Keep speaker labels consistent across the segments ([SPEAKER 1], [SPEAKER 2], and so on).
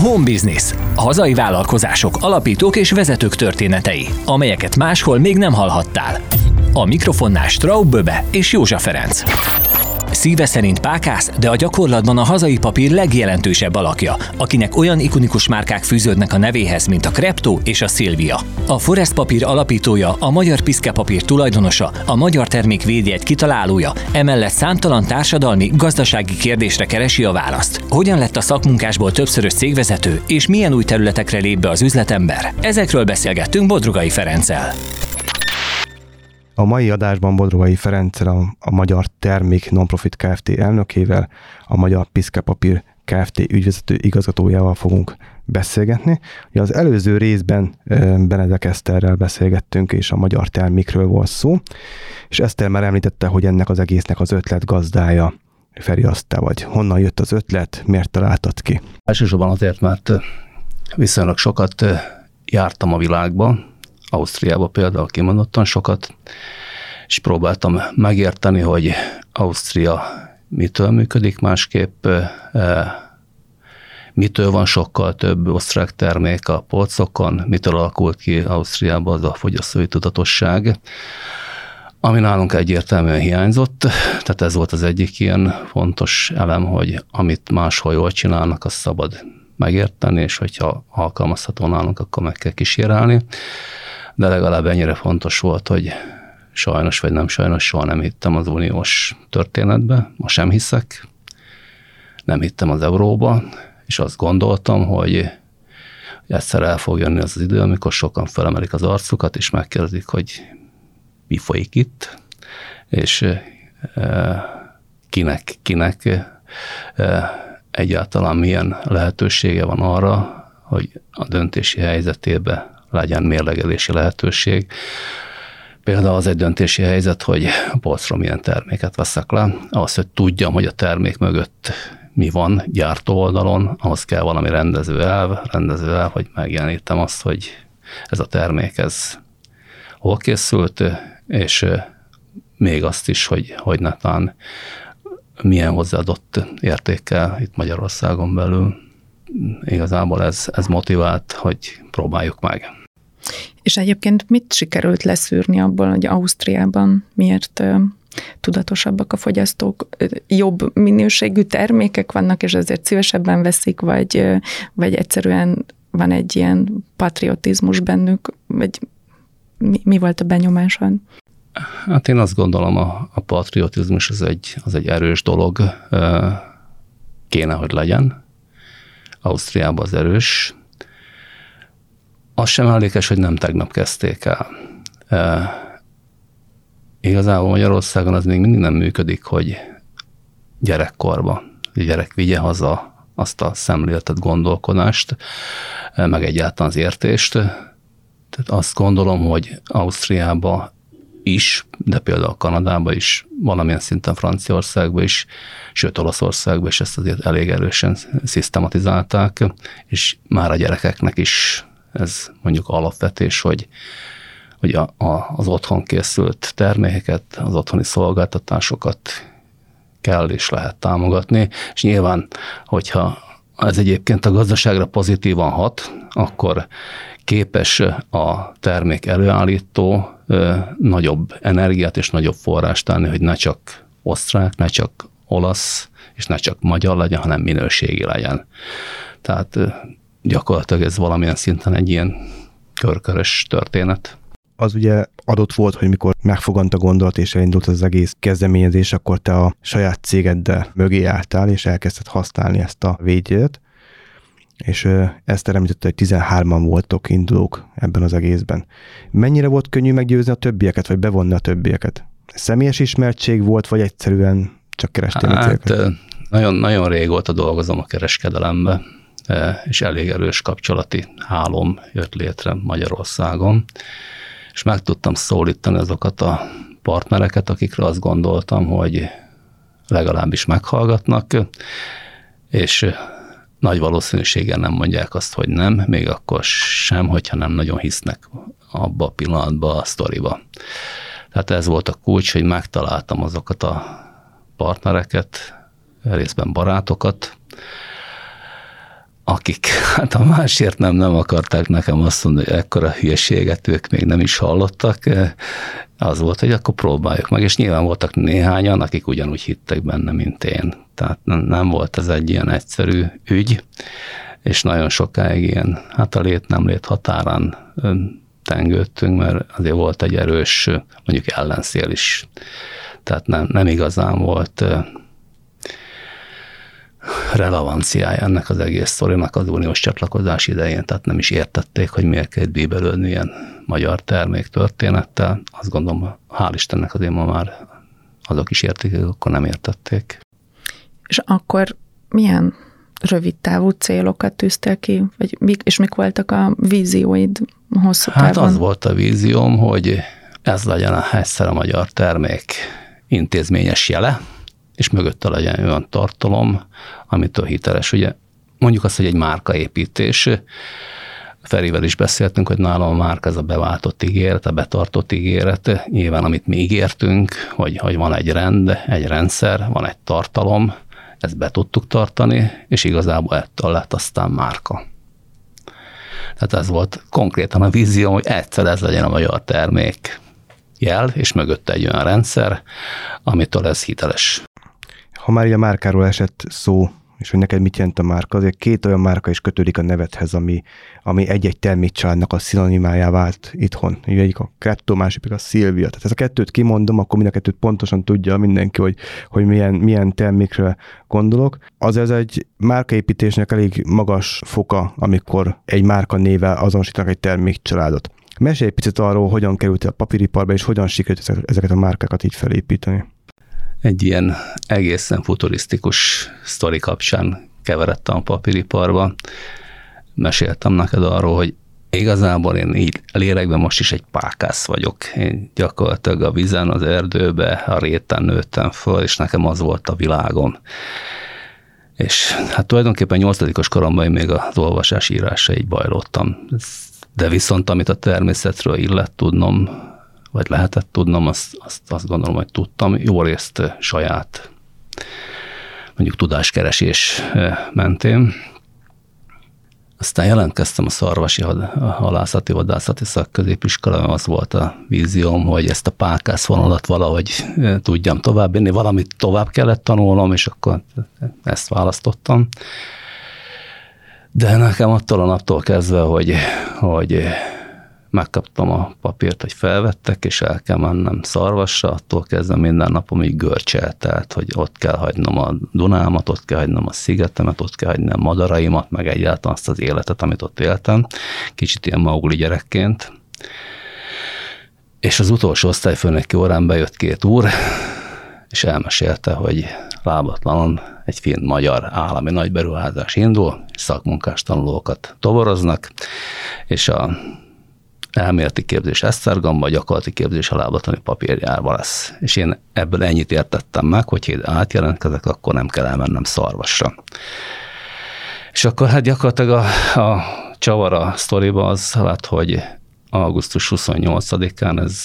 [SPEAKER 1] Home Business. Hazai vállalkozások, alapítók és vezetők történetei, amelyeket máshol még nem hallhattál. A mikrofonnál Straub Böbe és Józsa Ferenc. Szíve szerint pákász, de a gyakorlatban a hazai papír legjelentősebb alakja, akinek olyan ikonikus márkák fűződnek a nevéhez, mint a Krepto és a Szilvia. A Forest Papír alapítója, a Magyar Piszke Papír tulajdonosa, a magyar termék védjegy kitalálója, emellett számtalan társadalmi, gazdasági kérdésre keresi a választ. Hogyan lett a szakmunkásból többszörös cégvezető, és milyen új területekre lép be az üzletember? Ezekről beszélgettünk Bodrogai Ferenccel.
[SPEAKER 2] A mai adásban Bodrogai Ferenccel, a Magyar Termék Nonprofit Kft. Elnökével, a Magyar Piszke Papír Kft. Ügyvezető igazgatójával fogunk beszélgetni. Ugye az előző részben Benedek Eszterrel beszélgettünk, és a magyar termékről volt szó, és Eszter már említette, hogy ennek az egésznek az ötletgazdája Feri, azt te vagy. Honnan jött az ötlet, miért találtad ki?
[SPEAKER 3] Elsősorban azért, mert viszonylag sokat jártam a világba, Ausztriába például kimondottan sokat, és próbáltam megérteni, hogy Ausztria mitől működik másképp, mitől van sokkal több osztrák termék a polcokon, mitől alakult ki Ausztriában az a fogyasztói tudatosság, ami nálunk egyértelműen hiányzott. Tehát ez volt az egyik ilyen fontos elem, hogy amit máshol jól csinálnak, azt szabad megérteni, és hogyha alkalmazható nálunk, akkor meg kell kísérelni. De legalább ennyire fontos volt, hogy sajnos vagy nem sajnos soha nem hittem az uniós történetbe, ma sem hiszek, nem hittem az euróba, és azt gondoltam, hogy egyszer el fog jönni az idő, amikor sokan felemelik az arcukat, és megkérdezik, hogy mi folyik itt, és kinek egyáltalán milyen lehetősége van arra, hogy a döntési helyzetében legyen mérlegelési lehetőség. Például az egy döntési helyzet, hogy a polcról milyen terméket veszek le. Ahhoz, hogy tudjam, hogy a termék mögött mi van gyártó oldalon, ahhoz kell valami rendezőelv, hogy megjelenítem azt, hogy ez a termék, ez hol készült, és még azt is, hogy netán milyen hozzáadott értékkel itt Magyarországon belül. Igazából ez motivált, hogy próbáljuk meg.
[SPEAKER 4] És egyébként mit sikerült leszűrni abból, hogy Ausztriában miért tudatosabbak a fogyasztók, jobb minőségű termékek vannak, és ezért szívesebben veszik, vagy egyszerűen van egy ilyen patriotizmus bennük, vagy mi volt a benyomásod?
[SPEAKER 3] Hát én azt gondolom, a patriotizmus az egy erős dolog, kéne, hogy legyen. Ausztriában az erős. Az sem ellékes, hogy nem tegnap kezdték el. Igazából Magyarországon az még mindig nem működik, hogy gyerekkorban a gyerek vigye haza azt a szemléletet, gondolkodást, meg egyáltalán az értést. Tehát azt gondolom, hogy Ausztriában is, de például Kanadában is, valamilyen szinten Franciaországban is, sőt Olaszországban is ezt azért elég erősen szisztematizálták, és már a gyerekeknek is ez mondjuk alapvetés, hogy az otthon készült termékeket, az otthoni szolgáltatásokat kell és lehet támogatni, és nyilván, hogyha ez egyébként a gazdaságra pozitívan hat, akkor képes a termék előállító nagyobb energiát és nagyobb forrást tenni, hogy ne csak osztrák, ne csak olasz, és ne csak magyar legyen, hanem minőségi legyen. Tehát gyakorlatilag ez valamilyen szinten egy ilyen körkörös történet.
[SPEAKER 2] Az ugye adott volt, hogy mikor megfogant a gondolat és elindult az egész kezdeményezés, akkor te a saját cégeddel mögé álltál, és elkezdted használni ezt a védjegyet, és ezt említette, hogy 13-an voltok indulók ebben az egészben. Mennyire volt könnyű meggyőzni a többieket, vagy bevonni a többieket? Személyes ismertség volt, vagy egyszerűen csak kerestél a célokat?
[SPEAKER 3] Nagyon, nagyon régóta dolgozom a kereskedelembe, és elég erős kapcsolati hálóm jött létre Magyarországon, és meg tudtam szólítani azokat a partnereket, akikre azt gondoltam, hogy legalábbis meghallgatnak, és nagy valószínűséggel nem mondják azt, hogy nem, még akkor sem, hogyha nem nagyon hisznek abba a pillanatban a sztoriba. Tehát ez volt a kulcs, hogy megtaláltam azokat a partnereket, részben barátokat, akik hát a másért nem akarták nekem azt mondani, hogy ekkora hülyeséget ők még nem is hallottak, az volt, hogy akkor próbáljuk meg, és nyilván voltak néhányan, akik ugyanúgy hittek benne, mint én. Tehát nem volt ez egy ilyen egyszerű ügy, és nagyon sokáig ilyen, hát a lét-nem lét határán tengődtünk, mert azért volt egy erős, mondjuk ellenszél is. Tehát nem igazán volt relevanciája ennek az egész sztorinak az uniós csatlakozás idején, tehát nem is értették, hogy miért kell bíbelődni ilyen magyar termék történettel. Azt gondolom, hál' Istennek azért ma már azok is értik, akkor nem értették.
[SPEAKER 4] És akkor milyen rövid távú célokat tűztél ki, és mik voltak a vízióid hosszú távon?
[SPEAKER 3] Hát az volt a vízióm, hogy ez legyen egyszer a magyar termék intézményes jele, és mögötte legyen olyan tartalom, amitől hiteles. Ugye mondjuk azt, hogy egy márkaépítés. Ferivel is beszéltünk, hogy nálam a márka ez a beváltott ígéret, a betartott ígéret. Nyilván, amit mi ígértünk, hogy van egy rend, egy rendszer, van egy tartalom, ezt be tudtuk tartani, és igazából ettől lett aztán márka. Tehát ez volt konkrétan a vízió, hogy egyszer ez legyen a magyar termék jel, és mögötte egy olyan rendszer, amitől ez hiteles.
[SPEAKER 2] Ha már így a márkáról esett szó, és hogy neked mit jelent a márka, azért két olyan márka is kötődik a nevedhez, ami egy-egy termékcsaládnak a szinonimájá vált itthon. Egyik a Kretto, másik pedig a Szilvia. Tehát ezt a kettőt kimondom, akkor mind a kettőt pontosan tudja mindenki, hogy milyen termékre gondolok. Az ez egy márkaépítésnek elég magas foka, amikor egy márka névvel azonosítanak egy termékcsaládot. Mesélj egy picit arról, hogyan került a papíriparba, és hogyan sikerült ezeket a márkákat így felépíteni.
[SPEAKER 3] Egy ilyen egészen futurisztikus sztori kapcsán keveredtem a papíriparba. Meséltem neked arról, hogy igazából én így lélekben most is egy pákász vagyok. Én gyakorlatilag a vizen, az erdőbe, a réten nőttem föl, és nekem az volt a világom. És hát tulajdonképpen 8. koromban én még az olvasás-írásra így bajlottam. De viszont amit a természetről illett tudnom, vagy lehetett tudnom, azt gondolom, hogy tudtam, jó részt saját, mondjuk tudáskeresés mentén. Aztán jelentkeztem a Szarvasi halászati vadászati szakközépiskolában, az volt a vízióm, hogy ezt a pákász vonalat valahogy tudjam továbbvinni, valamit tovább kellett tanulnom, és akkor ezt választottam. De nekem attól a naptól kezdve, hogy megkaptam a papírt, hogy felvettek, és el kell mennem Szarvasra, attól kezdve minden napom így görcsel, tehát, hogy ott kell hagynom a Dunámat, ott kell hagynom a szigetemet, ott kell hagynom a madaraimat, meg egyáltalán azt az életet, amit ott éltem, kicsit ilyen Maugli gyerekként. És az utolsó osztályfőnöki órán bejött 2 úr, és elmesélte, hogy lábatlanon egy finn-magyar állami nagyberuházás indul, szakmunkás tanulókat toboroznak, és a elméleti képzés Esztergomba, a gyakorlati képzés a lábatlani papírgyárba lesz. És én ebből ennyit értettem meg, hogy ha átjelentkezek, akkor nem kell elmennem Szarvasra. És akkor hát gyakorlatilag a csavar a sztoriba az lett, hogy augusztus 28-án, ez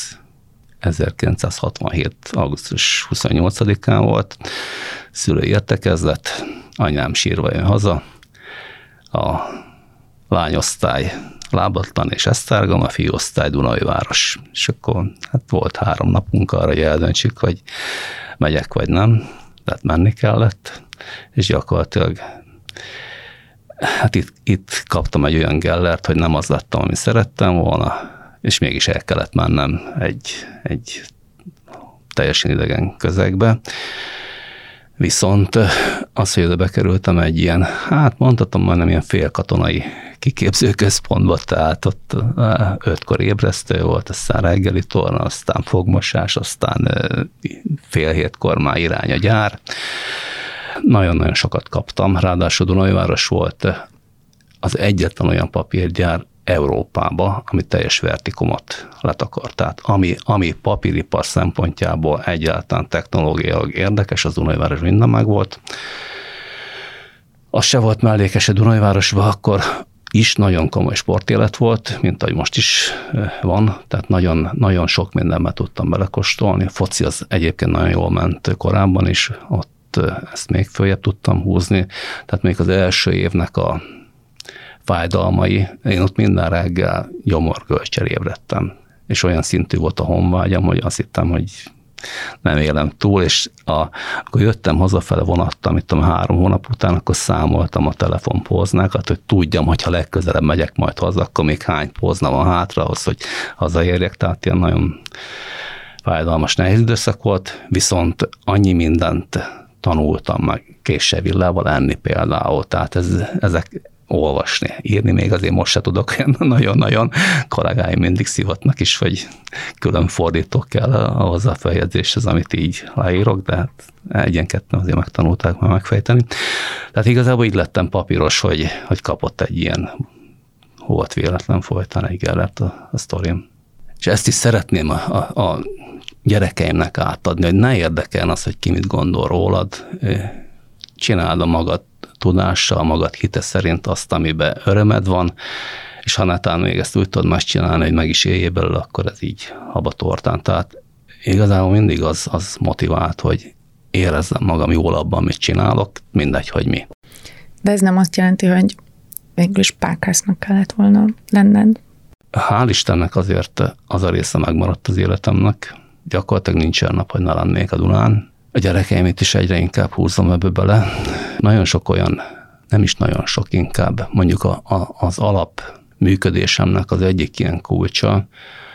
[SPEAKER 3] 1967. augusztus 28-án volt, szülői értekezlet, anyám sírva jön haza, a lányosztály Lábatlan és Esztergom, a fiúosztály Dunaújváros. És akkor hát volt 3 napunk arra, hogy eldöntsük, hogy megyek vagy nem, tehát menni kellett, és gyakorlatilag hát itt kaptam egy olyan gellert, hogy nem az lettem, ami szerettem volna, és mégis el kellett mennem egy teljesen idegen közegbe. Viszont az, hogy oda bekerültem egy ilyen, hát mondhatom majdnem ilyen félkatonai kiképzőközpontba, tehát ott 5-kor ébresztő volt, aztán reggeli torna, aztán fogmosás, aztán 6:30 már irány a gyár. Nagyon-nagyon sokat kaptam, ráadásul Dunaújváros volt az egyetlen olyan papírgyár Európába, ami teljes vertikumot letakart. Tehát ami papíripar szempontjából egyáltalán technológiailag érdekes, az Dunaújváros minden megvolt. Az se volt mellékes a Dunaújvárosban, akkor is nagyon komoly sportélet volt, mint ahogy most is van, tehát nagyon, nagyon sok mindenben tudtam belekóstolni. A foci az egyébként nagyon jól ment korábban is, ott ezt még följebb tudtam húzni, tehát még az első évnek a fájdalmai. Én ott minden reggel gyomorgölccsel ébredtem, és olyan szintű volt a honvágyam, hogy azt hittem, hogy nem élem túl, és akkor jöttem hazafele vonattal, mit tudom, 3 hónap után, akkor számoltam a telefonpóznákat, hogy tudjam, hogyha legközelebb megyek majd haza, akkor még hány pózna van hátra ahhoz, hogy hazaérjek, tehát ilyen nagyon fájdalmas, nehéz időszak volt, viszont annyi mindent tanultam meg késsel villával enni például, tehát ezek olvasni, írni még azért most se tudok, nagyon-nagyon kollégáim mindig szivatnak is, hogy külön fordítok kell ahhoz a feljegyzéshez, amit így leírok, de hát egyen-ketten azért megtanulták már megfejteni. Tehát igazából így lettem papíros, hogy kapott egy ilyen volt véletlen folytán egy Gellert a sztorim. És ezt is szeretném a gyerekeimnek átadni, hogy ne érdekeljen az, hogy ki mit gondol rólad, csináld a magad tudással, magad hite szerint azt, amiben örömed van, és ha netán még ezt úgy tudod megcsinálni, hogy meg is éljél belőle, akkor ez így habatortán. Tehát igazából mindig az motivált, hogy érezzem magam jól abban, amit csinálok, mindegy, hogy mi.
[SPEAKER 4] De ez nem azt jelenti, hogy végül is pákásznak kellett volna lenned?
[SPEAKER 3] Hál' Istennek azért az a része megmaradt az életemnek. Gyakorlatilag nincsen nap, hogy ne lennék a Dunán. A gyerekeimit is egyre inkább húzom ebbe bele. Nagyon sok olyan, nem is nagyon sok, inkább mondjuk az alap működésemnek az egyik ilyen kulcsa,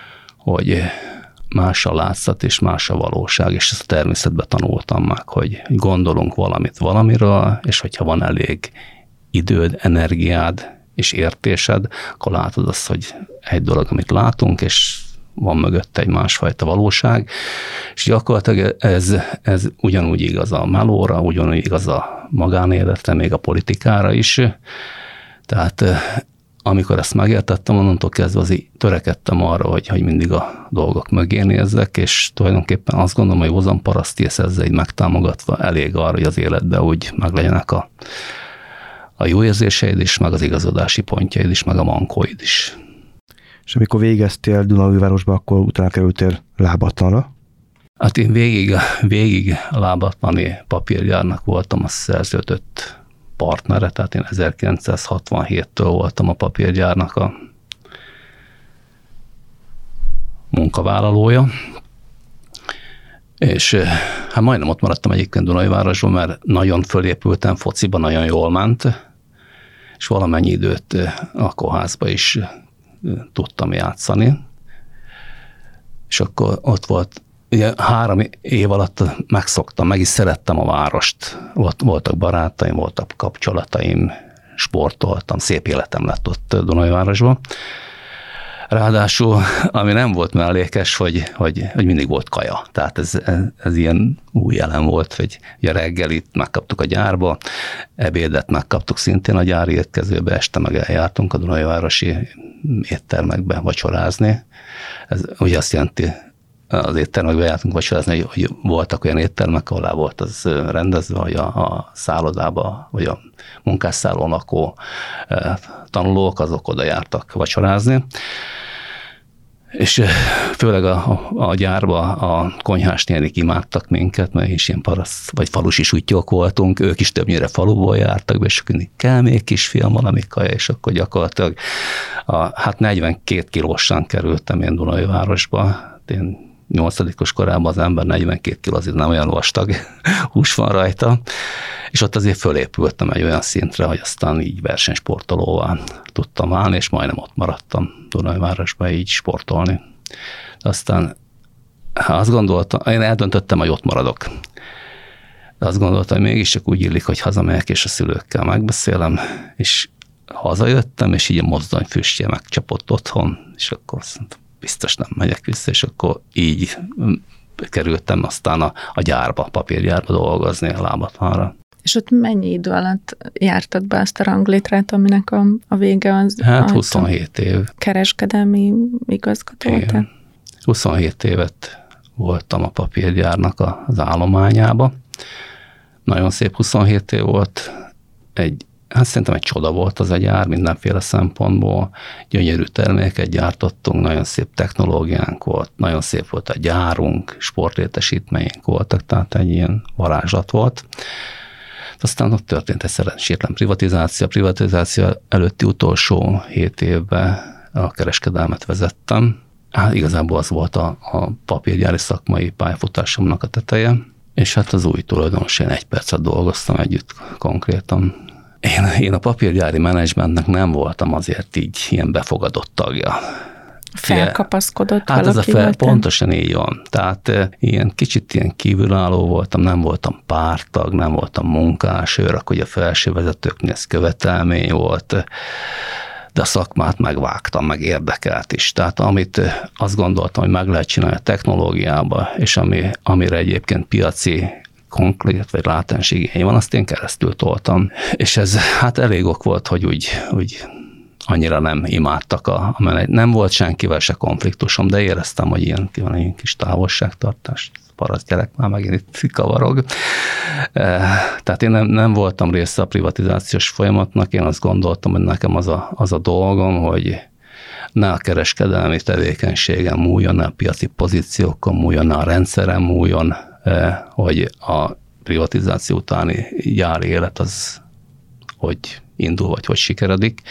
[SPEAKER 3] hogy más a látszat és más a valóság, és ezt a természetben tanultam meg, hogy gondolunk valamit valamiről, és hogyha van elég időd, energiád és értésed, akkor látod azt, hogy egy dolog, amit látunk, és van mögötte egy másfajta valóság, és gyakorlatilag ez ugyanúgy igaz a melóra, ugyanúgy igaz a magánéletre, még a politikára is. Tehát amikor ezt megértettem, onnantól kezdve azért törekedtem arra, hogy mindig a dolgok mögé nézzek, és tulajdonképpen azt gondolom, hogy hozam parasztész ezzel így megtámogatva elég arra, hogy az életben úgy meglegyenek a jó érzéseid is, meg az igazodási pontjaid is, meg a mankóid is.
[SPEAKER 2] És amikor végeztél Dunaújvárosba, akkor utána kerültél Lábatlanra?
[SPEAKER 3] Hát én végig a lábatlani papírgyárnak voltam a szerződött partnere, tehát én 1967-től voltam a papírgyárnak a munkavállalója. És hát majdnem ott maradtam egyébként Dunaújvárosban, mert nagyon fölépültem, fociban nagyon jól ment, és valamennyi időt a kórházba is tudtam játszani. És akkor ott volt, ugye 3 év alatt megszoktam, meg is szerettem a várost. Voltak barátaim, voltak kapcsolataim, sportoltam, szép életem lett ott Dunaújvárosban. Ráadásul, ami nem volt mellékes, hogy mindig volt kaja. Tehát ez ilyen új elem volt, hogy a reggelit megkaptuk a gyárba, ebédet megkaptuk szintén a gyári étkezőbe, este meg eljártunk a Dunaújvárosi éttermekbe vacsorázni. Ez ugye azt jelenti, az éttermekbe jártunk vacsorázni, hogy voltak olyan éttermek, ahol volt az rendezve, hogy a szállodába, vagy a munkásszállón lakó tanulók, azok oda jártak vacsorázni. És főleg a gyárba a konyhás nénik imádtak minket, mert is ilyen paraszt, vagy falusi süttyók voltunk, ők is többnyire faluból jártak, és akkor kell még kisfiam valami kaja, és akkor gyakorlatilag 42 kilósan kerültem én Dunaújvárosba. Én 8. korában az ember 42 kiló, azért nem olyan vastag hús van rajta, és ott azért fölépültem egy olyan szintre, hogy aztán így versenysportolóvá tudtam válni, és majdnem ott maradtam Dunaújvárosba így sportolni. De aztán azt gondoltam, én eldöntöttem, hogy ott maradok. De azt gondoltam, hogy mégiscsak úgy illik, hogy hazamegyek, és a szülőkkel megbeszélem, és hazajöttem, és így a mozdonyfüstje megcsapott otthon, és akkor azt mondtam, biztos nem megyek vissza, és akkor így kerültem aztán a gyárba, papírgyárba dolgozni, a Lábatlanra.
[SPEAKER 4] És ott mennyi idő alatt jártad be azt a ranglétrát, aminek a vége az?
[SPEAKER 3] Hát 27 év.
[SPEAKER 4] Kereskedelmi igazgató volt?
[SPEAKER 3] 27 évet voltam a papírgyárnak az állományába. Nagyon szép 27 év volt. Hát szerintem egy csoda volt az a gyár mindenféle szempontból. Gyönyörű terméket gyártottunk, nagyon szép technológiánk volt, nagyon szép volt a gyárunk, sportlétesítményünk voltak, tehát egy ilyen varázslat volt. Aztán ott történt egy szerencsétlen privatizáció. A privatizáció előtti utolsó 7 évben a kereskedelmet vezettem. Hát igazából az volt a papírgyári szakmai pályafutásomnak a teteje, és hát az új tulajdonos, én 1 percet dolgoztam együtt konkrétan. Én a papírgyári menedzsmentnek nem voltam azért így ilyen befogadott tagja.
[SPEAKER 4] Felkapaszkodott
[SPEAKER 3] hát
[SPEAKER 4] valaki?
[SPEAKER 3] Pontosan így van. Tehát kicsit ilyen kívülálló voltam, nem voltam párttag, nem voltam munkásőr, akkor ugye a felsővezetőknél ez követelmény volt, de a szakmát megvágtam, meg érdekelt is. Tehát amit azt gondoltam, hogy meg lehet csinálni a technológiába, és amire egyébként piaci konkrét vagy látens igény van, azt én keresztül toltam. És ez hát elég ok volt, hogy úgy annyira nem imádtak nem volt senkivel se konfliktusom, de éreztem, hogy ilyen kis távolságtartás, paraszt gyerek már megint itt kavarog. Tehát én nem voltam része a privatizációs folyamatnak, én azt gondoltam, hogy nekem az a dolgom, hogy ne a kereskedelmi tevékenységem múljon, ne a piaci pozíciókon múljon, ne a rendszeren múljon, hogy a privatizáció utáni gyári élet az hogy indul, vagy hogy sikeredik.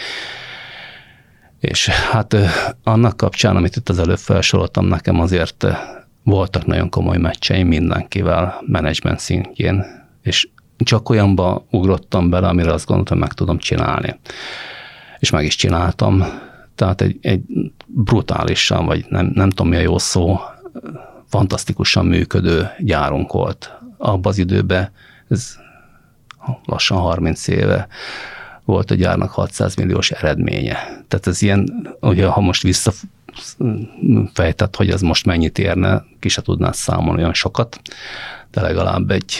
[SPEAKER 3] És hát annak kapcsán, amit itt az előbb felsoroltam, nekem azért voltak nagyon komoly meccseim mindenkivel, menedzsment szintjén, és csak olyanba ugrottam bele, amire azt gondoltam, hogy meg tudom csinálni. És meg is csináltam. Tehát egy brutálisan, vagy nem tudom mi a jó szó, fantasztikusan működő gyárunk volt. Abban az időben, ez lassan 30 éve, volt a gyárnak 600 milliós eredménye. Tehát ez ilyen, ugye ha most visszafejtett, hogy ez most mennyit érne, ki se tudnád számolni olyan sokat, de legalább egy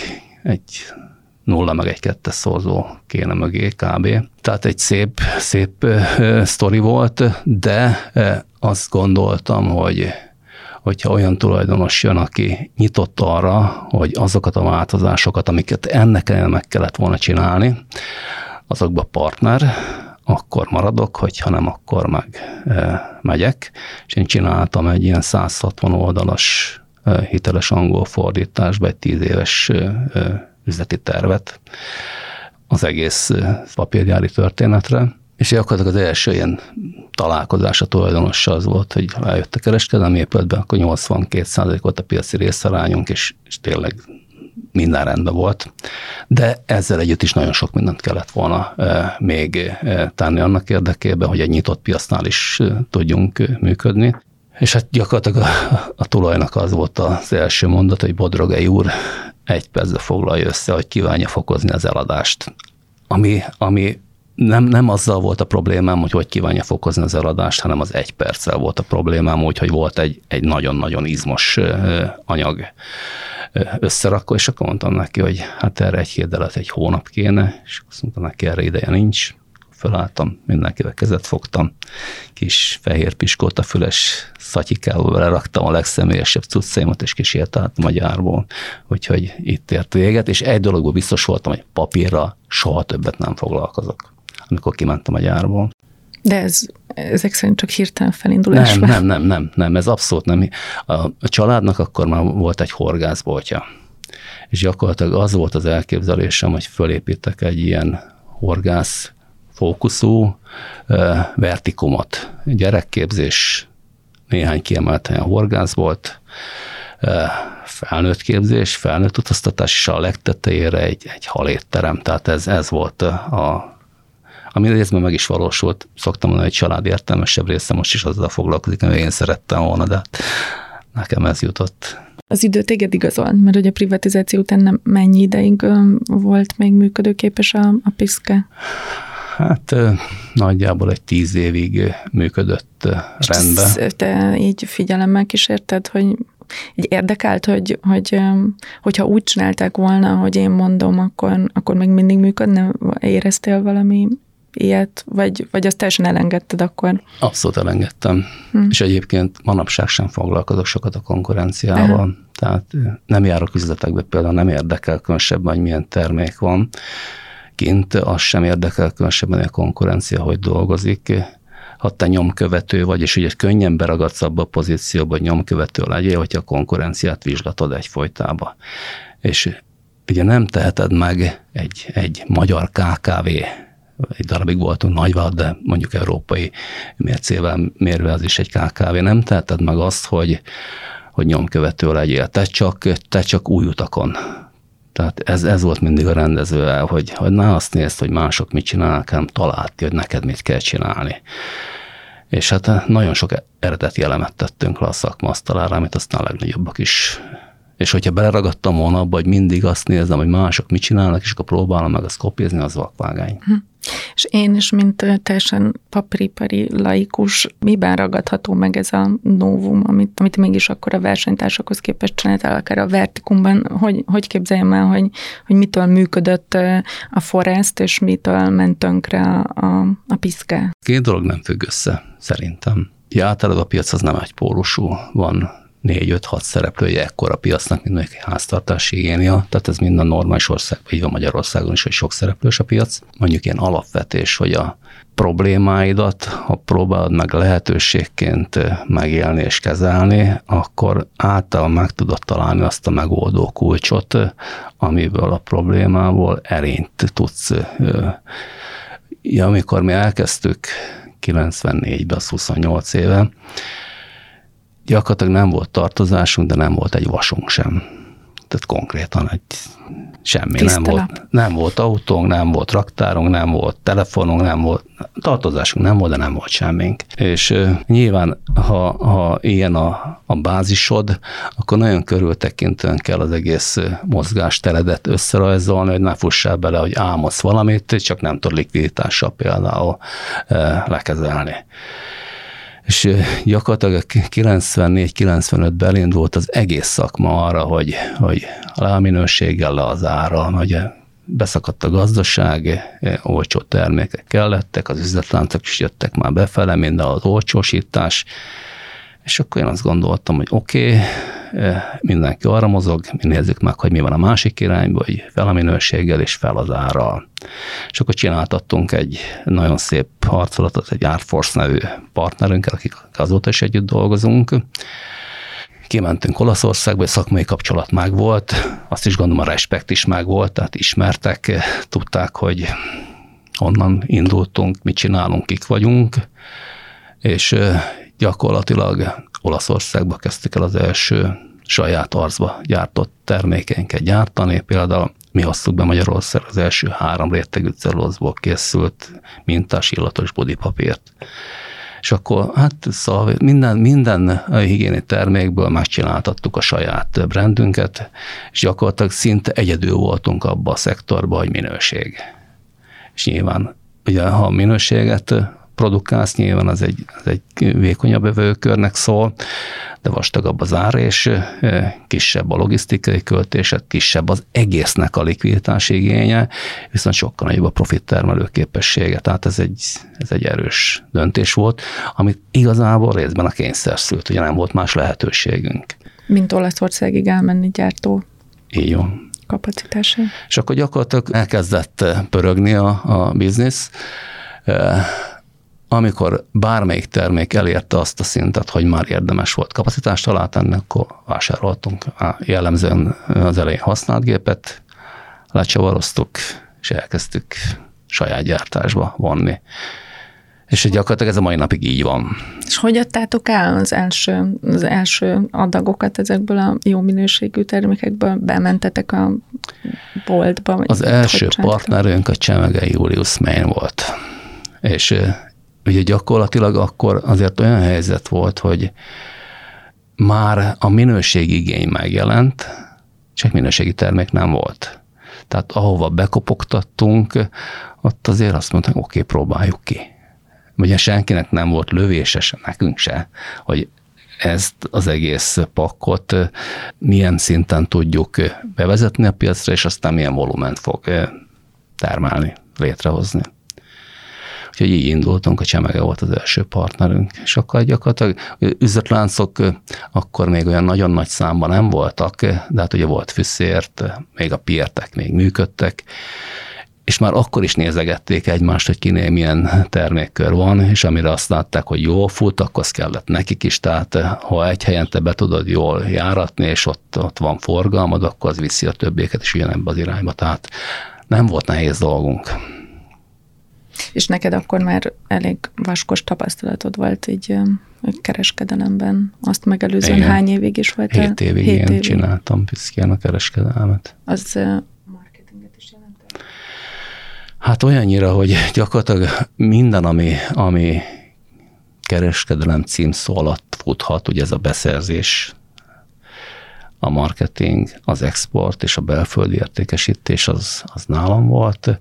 [SPEAKER 3] 0 meg egy 2 szorzó kéne mögé kb. Tehát egy szép sztori volt, de azt gondoltam, hogyha olyan tulajdonos jön, aki nyitott arra, hogy azokat a változásokat, amiket ennek meg kellett volna csinálni, azokba partner, akkor maradok, hogyha nem, akkor meg megyek. És én csináltam egy ilyen 160 oldalas hiteles angol fordításba egy 10 éves üzleti tervet az egész papírgyári történetre. És gyakorlatilag az első ilyen találkozás a tulajdonossal az volt, hogy eljött a kereskedelmi épületbe, akkor 82% volt a piaci részarányunk, és tényleg minden rendben volt. De ezzel együtt is nagyon sok mindent kellett volna még tenni annak érdekében, hogy egy nyitott piacnál is tudjunk működni. És hát gyakorlatilag a tulajnak az volt az első mondat, hogy Bodrogai úr 1 percbe foglalja össze, hogy kívánja fokozni az eladást. Ami nem azzal volt a problémám, hogy kívánja fokozni az eladást, hanem az 1 perccel volt a problémám, hogy volt egy nagyon-nagyon izmos anyag összerakva, és akkor mondtam neki, hogy hát erre 1 hét alatt 1 hónap kéne, és azt mondta neki, erre ideje nincs. Fölálltam, mindenkivel kezet fogtam, kis fehér piskóta füles szatyikával beleraktam a legszemélyesebb cuccaimat, és kísérteltem a gyárból, úgyhogy itt ért véget, és egy dologból biztos voltam, hogy papírra soha többet nem foglalkozok, amikor kimentem a gyárból.
[SPEAKER 4] De ezek szerint csak hirtelen felindulás?
[SPEAKER 3] Nem, ez abszolút nem. A családnak akkor már volt egy horgászboltja, és gyakorlatilag az volt az elképzelésem, hogy fölépítek egy ilyen horgász fókuszú vertikumot. Gyerekképzés, néhány kiemelt helyen horgászbolt, felnőtt képzés, felnőtt utaztatás, és a legtetejére egy halétterem. Tehát ez volt ami részben meg is valósult. Szoktam mondani, hogy család értelmesebb része most is azzal foglalkozik, amit én szerettem volna, de nekem ez jutott.
[SPEAKER 4] Az idő téged igazol, mert ugye a privatizáció után nem mennyi ideig volt még működőképes a Piszke? Hát
[SPEAKER 3] nagyjából egy 10 évig működött rendben.
[SPEAKER 4] Te így figyelemmel kísérted, hogy így érdekelt, hogyha úgy csinálták volna, hogy én mondom, akkor még mindig működne? Éreztél valami ilyet? Vagy azt teljesen elengedted akkor?
[SPEAKER 3] Abszolút elengedtem. És egyébként manapság sem foglalkozok sokat a konkurenciával. Aha. Tehát nem járok üzletekbe, például nem érdekel különösebben, hogy milyen termék van kint, az sem érdekel különösebben, hogy a konkurencia hogy dolgozik. Ha te nyomkövető vagy, és ugye könnyen beragadsz abba a pozícióba, hogy nyomkövető legyél, hogyha a konkurenciát vizsgatod egyfolytába. És ugye nem teheted meg egy magyar KKV, egy darabig voltunk nagyvállalat, de mondjuk európai mércével mérve az is egy KKV, nem teheted meg azt, hogy nyomkövető legyél. Te csak új utakon. Tehát ez volt mindig a rendezővel, hogy ne azt nézd, hogy mások mit csinálnak, hanem találd ki, hogy neked mit kell csinálni. És hát nagyon sok eredeti elemet tettünk le a szakmaasztalára, amit aztán a legnagyobbak is. És hogyha beleragadtam volna abba, hogy mindig azt nézem, hogy mások mit csinálnak, és akkor próbálom meg azt kopízni, az vakvágány.
[SPEAKER 4] És én is, mint teljesen papíripari laikus, miben ragadható meg ez a novum, amit mégis akkor a versenytársakhoz képest csináltál, akár a Verticumban, hogy képzeljem el, hogy mitől működött a Forest, és mitől ment tönkre a Piszke?
[SPEAKER 3] Két dolog nem függ össze, szerintem. Általában a piac az nem egypólusú, van 4-5-6 szereplője ekkora piacnak, mint mondjuk háztartási higiénia, tehát ez minden normális országban, így van Magyarországon is, hogy sok szereplős a piac. Mondjuk ilyen alapvetés, hogy a problémáidat, ha próbálod meg lehetőségként megélni és kezelni, akkor általában meg tudod találni azt a megoldó kulcsot, amiből a problémából erényt tudsz. Amikor mi elkezdtük 94-ben, az 28 éve, gyakorlatilag nem volt tartozásunk, de nem volt egy vasunk sem. Tehát konkrétan semmi. Nem volt autónk, nem volt raktárunk, nem volt telefonunk, nem volt tartozásunk, nem volt, de nem volt semmink. És nyilván, ha ilyen a bázisod, akkor nagyon körültekintően kell az egész mozgásteredet összerajzolni, hogy ne fussál bele, hogy álmodsz valamit, csak nem tud likviditással például lekezelni. És gyakorlatilag 94-95-ben elindult az egész szakma arra, hogy le a minőséggel, le az árral, hogy beszakadt a gazdaság, olcsó termékek kellettek, az üzletláncok is jöttek már befele, minden az olcsósítás, és akkor én azt gondoltam, hogy oké, mindenki arra mozog, mi nézzük meg, hogy mi van a másik irányban, hogy fel a minőséggel és fel az árral. És akkor csináltattunk egy nagyon szép harcolatot, egy Artforce nevű partnerünkkel, akik azóta is együtt dolgozunk. Kimentünk Olaszországba, egy szakmai kapcsolat megvolt, azt is gondolom a respekt is megvolt, tehát ismertek, tudták, hogy honnan indultunk, mit csinálunk, kik vagyunk, és gyakorlatilag Olaszországba kezdtük el az első saját arcba gyártott termékeinket gyártani. Például mi hoztuk be Magyarországra az első 3 rétegű cellulózból készült mintás illatos bodipapírt. És akkor szóval minden higiéni termékből megcsináltattuk a saját brandünket, és gyakorlatilag szinte egyedül voltunk abban a szektorban, hogy minőség. És nyilván, ugye, ha a minőséget produkálsz, nyilván az egy vékonyabb vevőkörnek szól, de vastagabb az ár, és kisebb a logisztikai költésed, kisebb az egésznek a likviditás igénye, viszont sokkal nagyobb a profit termelő képessége. Tehát ez egy erős döntés volt, amit igazából részben a kényszer szült, ugye nem volt más lehetőségünk.
[SPEAKER 4] Mint Olaszországig elmenni gyártó.
[SPEAKER 3] Így van.
[SPEAKER 4] Kapacitása.
[SPEAKER 3] És akkor gyakorlatilag elkezdett pörögni a biznisz, amikor bármelyik termék elérte azt a szintet, hogy már érdemes volt kapacitást alá tenni, akkor vásároltunk jellemzően az elején használt gépet, lecsavaroztuk, és elkezdtük saját gyártásba vonni. És gyakorlatilag ez a mai napig így van.
[SPEAKER 4] És hogy adtátok el az első adagokat ezekből a jó minőségű termékekből? Bementetek a boltba?
[SPEAKER 3] Az első partnerünk a Csemegei Julius Main volt. És ugye gyakorlatilag akkor azért olyan helyzet volt, hogy már a minőségigény megjelent, csak minőségi termék nem volt. Tehát ahova bekopogtattunk, ott azért azt mondták, oké, próbáljuk ki. Ugye senkinek nem volt lövése, se nekünk se, hogy ezt az egész pakkot milyen szinten tudjuk bevezetni a piacra, és aztán milyen volument fog termelni, létrehozni. Úgyhogy így indultunk, a Csemege volt az első partnerünk. És akkor gyakorlatilag üzletláncok akkor még olyan nagyon nagy számban nem voltak, de hát ugye volt Fűszért, még a Piertek még működtek, és már akkor is nézegették egymást, hogy kinél milyen termékkör van, és amire azt látták, hogy jól fut, akkor az kellett nekik is, tehát ha egy helyen te be tudod jól járatni, és ott van forgalmad, akkor az viszi a többieket is ugyanebbe az irányba, tehát nem volt nehéz dolgunk.
[SPEAKER 4] És neked akkor már elég vaskos tapasztalatod volt így kereskedelemben. Azt megelőzően
[SPEAKER 3] igen.
[SPEAKER 4] Hány évig is volt?
[SPEAKER 3] 7 évig én csináltam Piszkén a kereskedelmet.
[SPEAKER 4] Az marketinget is jelentett?
[SPEAKER 3] Hát olyannyira, hogy gyakorlatilag minden, ami kereskedelem címszó alatt futhat, ugye ez a beszerzés, a marketing, az export és a belföldi értékesítés az nálam volt.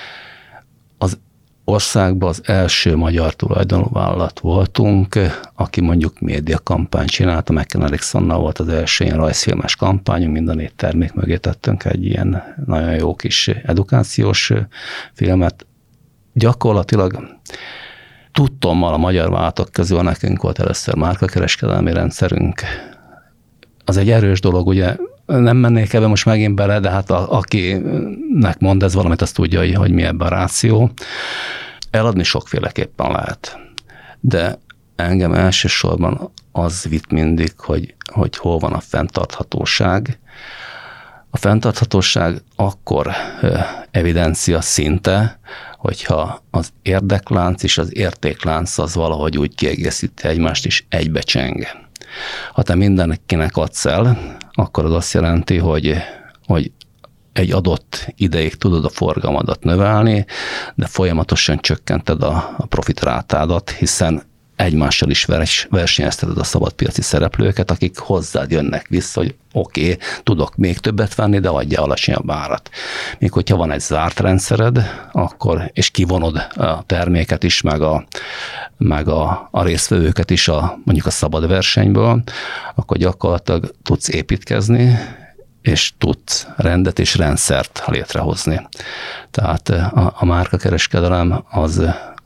[SPEAKER 3] Az országban az első magyar tulajdonú vállalat voltunk, aki mondjuk médiakampányt csinált, a McKenna Ericksonnal volt az első ilyen rajzfilmes kampányunk, mind a 4 termék mögé tettünk egy ilyen nagyon jó kis edukációs filmet. Gyakorlatilag tudtommal a magyar vállalatok közül nekünk volt először márkakereskedelmi rendszerünk. Az egy erős dolog, ugye nem mennék ebbe most megint bele, de hát akinek mond ez valamit, azt tudja, hogy mi ebben a ráció. Eladni sokféleképpen lehet, de engem elsősorban az vitt mindig, hogy hol van a fenntarthatóság. A fenntarthatóság akkor evidencia szinte, hogyha az érdeklánc és az értéklánc az valahogy úgy kiegészíti egymást is egybecseng. Ha te mindenkinek adsz el, akkor az azt jelenti, hogy egy adott ideig tudod a forgalmadat növelni, de folyamatosan csökkented a profitrátádat, hiszen egymással is versenyezteted a szabadpiaci szereplőket, akik hozzád jönnek vissza, hogy oké, tudok még többet venni, de adja alacsonyabb árat. Míg hogyha van egy zárt rendszered, akkor, és kivonod a terméket is, meg a résztvevőket is mondjuk a szabad versenyből, akkor gyakorlatilag tudsz építkezni, és tudsz rendet és rendszert létrehozni. Tehát a márkakereskedelem az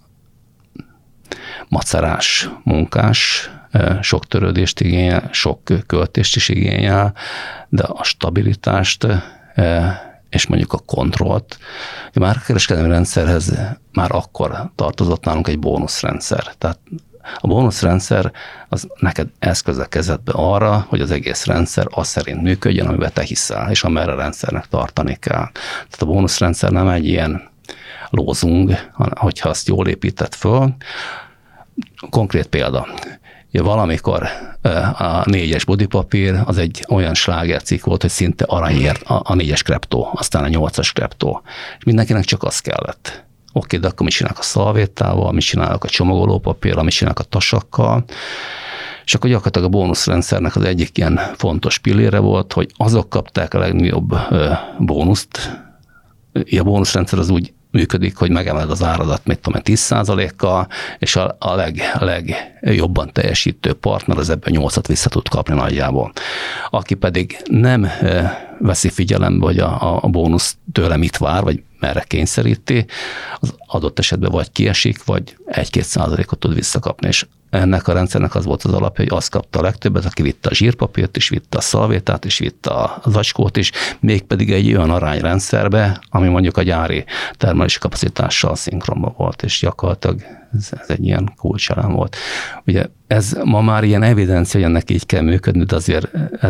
[SPEAKER 3] macerás, munkás, sok törődést igényel, sok költést is igényel, de a stabilitást és mondjuk a kontrollt. A márkakereskedelmi rendszerhez már akkor tartozott nálunk egy bónuszrendszer. Tehát a bónuszrendszer az neked eszköz a kezedbe arra, hogy az egész rendszer az szerint működjön, amiben te hiszel, és amerre a rendszernek tartani kell. Tehát a bónuszrendszer nem egy ilyen lózung, hogyha azt jól épített föl. Konkrét példa. Valamikor a 4-es bodipapír az egy olyan slágercikk volt, hogy szinte aranyért a 4-es kreptó, aztán a 8-as kreptó. És mindenkinek csak az kellett. Oké, de akkor mit csinálok a szalvétával, mit csinálok a csomagolópapírral, mit csinálok a tasakkal. És akkor gyakorlatilag a bónuszrendszernek az egyik ilyen fontos pillére volt, hogy azok kapták a legnagyobb bónuszt. A bónuszrendszer az úgy működik, hogy megemeled az áradat, 10%-kal, és a legjobban teljesítő partner az ebből 8-at vissza tud kapni nagyjából. Aki pedig nem veszi figyelembe, hogy a bónusz tőle mit vár, vagy merre kényszeríti, az adott esetben vagy kiesik, vagy 1-2%-ot tud visszakapni, és ennek a rendszernek az volt az alapja, hogy azt kapta a legtöbbet, aki vitte a zsírpapírt is, vitte a szalvétát is, vitte a zacskót is, mégpedig egy olyan arányrendszerbe, ami mondjuk a gyári termelési kapacitással szinkronban volt, és gyakorlatilag ez egy ilyen kulcselem volt. Ugye ez ma már ilyen evidencia, hogy ennek így kell működni, de azért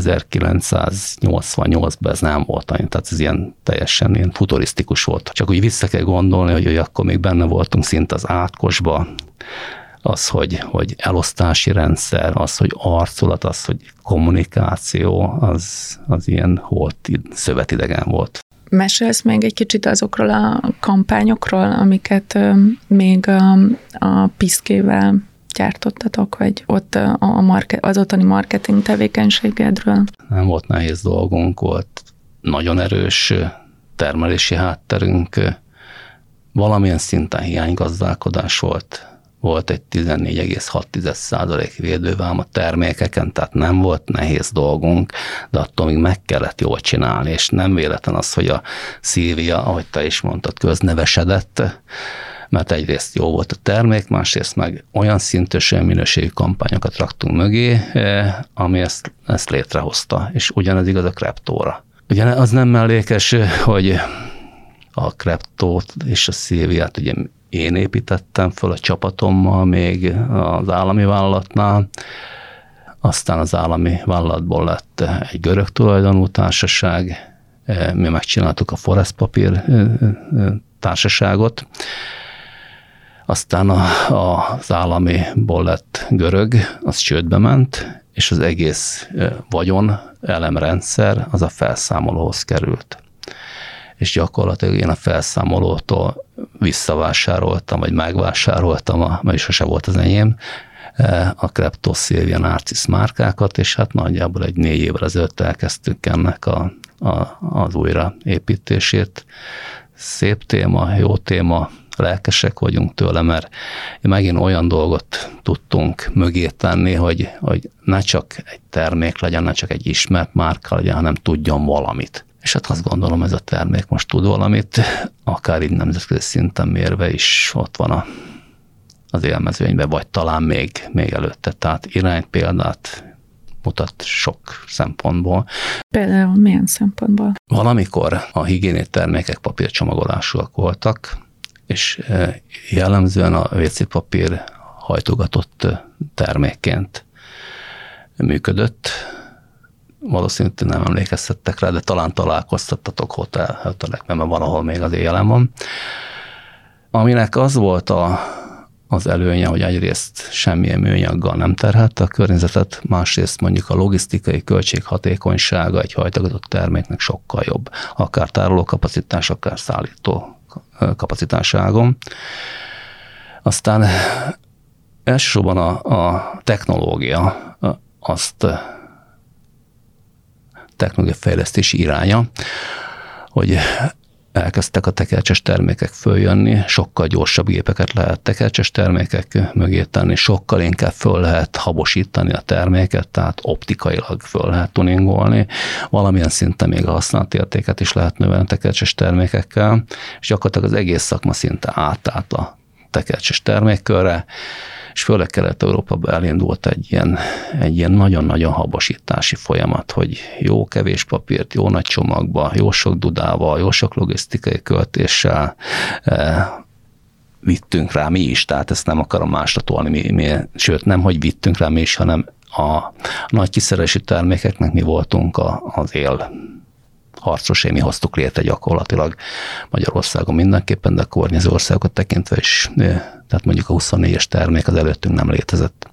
[SPEAKER 3] 1988-ban ez nem volt annyi, tehát ez ilyen teljesen ilyen futurisztikus volt. Csak úgy vissza kell gondolni, hogy akkor még benne voltunk szinte az átkosba, az, hogy elosztási rendszer, az, hogy arculat, az, hogy kommunikáció, az ilyen szövetidegen volt.
[SPEAKER 4] Mesélsz még egy kicsit azokról a kampányokról, amiket még a Piszkével gyártottatok, vagy ott az ottani marketing tevékenységedről? Nem
[SPEAKER 3] volt nehéz dolgunk, volt nagyon erős termelési hátterünk, valamilyen szinten hiánygazdálkodás volt. Volt egy 14,6% védővám a termékeken, tehát nem volt nehéz dolgunk, de attól még meg kellett jól csinálni, és nem véletlen az, hogy a Szilvia, ahogy te is mondtad, köznevesedett, mert egyrészt jó volt a termék, másrészt meg olyan szintűs, olyan minőségű kampányokat raktunk mögé, ami ezt létrehozta, és ugyanez igaz a Kreptóra. Ugye az nem mellékes, hogy A Creptót és a Szilviát ugye én építettem föl a csapatommal még az állami vállalatnál, aztán az állami vállalatból lett egy görög tulajdonú társaság, mi megcsináltuk a Forest Papír társaságot, aztán az államiból lett görög, az csődbe ment, és az egész vagyon elemrendszer az a felszámolóhoz került. És gyakorlatilag én a felszámolótól visszavásároltam, vagy megvásároltam, mert sose volt az enyém, a Crepto, Szilvia, Narcisz márkákat, és hát nagyjából egy 4 évvel ezelőtt elkezdtük ennek az újraépítését. Szép téma, jó téma, lelkesek vagyunk tőle, mert megint olyan dolgot tudtunk mögé tenni, hogy ne csak egy termék legyen, ne csak egy ismert márka legyen, hanem tudjon valamit. És hát azt gondolom, ez a termék most tud valamit, akár így nemzetközi szinten mérve is ott van az élmezőnyben, vagy talán még előtte. Tehát irányt, példát mutat sok szempontból.
[SPEAKER 4] Például milyen szempontból?
[SPEAKER 3] Valamikor a higiéni termékek papírcsomagolásúak voltak, és jellemzően a WC papír hajtogatott termékként működött. Valószínűleg nem emlékeztettek rá, de talán találkoztattatok hotelekben, mert van, ahol még azért jelen van. Aminek az volt az előnye, hogy egyrészt semmilyen műanyaggal nem terhelte a környezetet, másrészt mondjuk a logisztikai költséghatékonysága egy hajtogatott terméknek sokkal jobb, akár tárolókapacitás, akár szállító kapacitáságon. Aztán elsősorban a technológia, azt technológiai fejlesztési iránya, hogy elkezdtek a tekercses termékek följönni, sokkal gyorsabb gépeket lehet tekercses termékek mögé tenni, sokkal inkább föl lehet habosítani a terméket, tehát optikailag föl lehet tuningolni, valamilyen szinten még a használt értéket is lehet növelni tekercses termékekkel, és gyakorlatilag az egész szakma szinte átállt a tekercses termékkörre, és főleg Kelet-Európában elindult egy ilyen nagyon-nagyon habosítási folyamat, hogy jó kevés papírt, jó nagy csomagba, jó sok dudával, jó sok logisztikai költéssel vittünk rá mi is, tehát ezt nem akarom másra tolni, sőt nem, hogy vittünk rá mi is, hanem a nagy kiszerelési termékeknek mi voltunk az él harcosai, mi hoztuk létre gyakorlatilag Magyarországon mindenképpen, de a környező országokat tekintve is, tehát mondjuk a 24-es termék az előttünk nem létezett.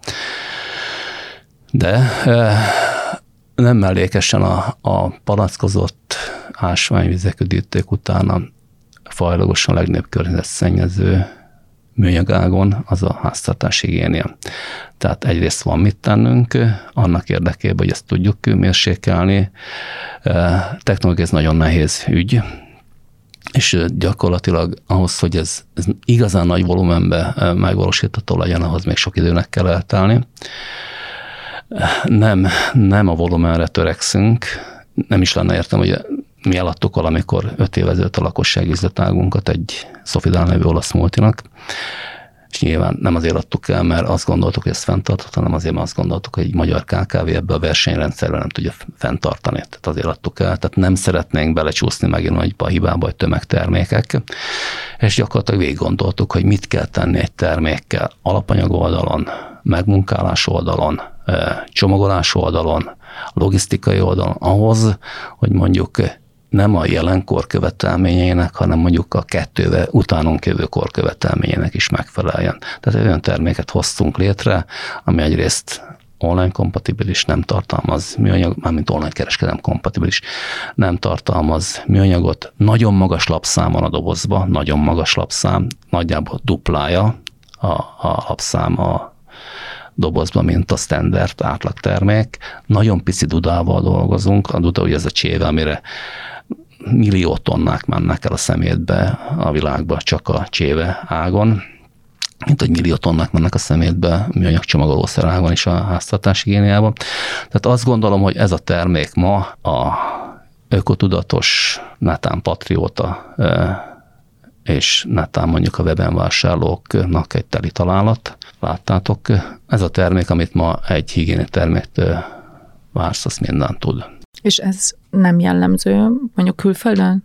[SPEAKER 3] De nem mellékesen a palackozott ásványvizek, üdítők után a fajlagosan legnagyobb környezetszennyező műanyagágon az a háztartási higiénia. Tehát egyrészt van mit tennünk, annak érdekében, hogy ezt tudjuk mérsékelni. Technológia ez nagyon nehéz ügy, és gyakorlatilag ahhoz, hogy ez igazán nagy volumenben megvalósítható legyen, ahhoz még sok időnek kell eltelni. Nem a volumenre törekszünk, nem is lenne értem, hogy mi eladtuk valamikor 5 évvel ezelőtt a lakossági üzletágunkat egy Sofidal nevű olasz multinak, és nyilván nem azért adtuk el, mert azt gondoltuk, hogy ez fenntartható, hanem azért, mert azt gondoltuk, hogy egy magyar KKV ebbe a versenyrendszerben nem tudja fenntartani. Tehát azért adtuk el, tehát nem szeretnénk belecsúszni megint nagyba a hibába, hogy tömegtermékek, és gyakorlatilag végig gondoltuk, hogy mit kell tenni egy termékkel alapanyag oldalon, megmunkálás oldalon, csomagolás oldalon, logisztikai oldalon ahhoz, hogy mondjuk nem a jelen korkövetelményeinek, hanem mondjuk a 2 utánunk jövő korkövetelményeinek is megfeleljen. Tehát olyan terméket hoztunk létre, ami egyrészt online kompatibilis, nem tartalmaz műanyag, mármint online kereskedelem kompatibilis, nem tartalmaz műanyagot, nagyon magas lapszám van a dobozba, nagyon magas lapszám, nagyjából duplája a lapszám a dobozban, mint a standard átlagtermék. Nagyon pici dudával dolgozunk, a duda ugye ez a cséve, amire millió tonnák mennek el a szemétbe a világba csak a cséve ágon, mint hogy millió tonnák mennek a szemétbe műanyag csomagolószer ágon is a háztartási higiéniában. Tehát azt gondolom, hogy ez a termék ma a ökotudatos, netán patrióta és netán mondjuk a weben vásárlóknak egy teli találat. Láttátok, ez a termék, amit ma egy higiéni terméktől vársz, azt mindent tud.
[SPEAKER 4] És ez nem jellemző mondjuk külföldön?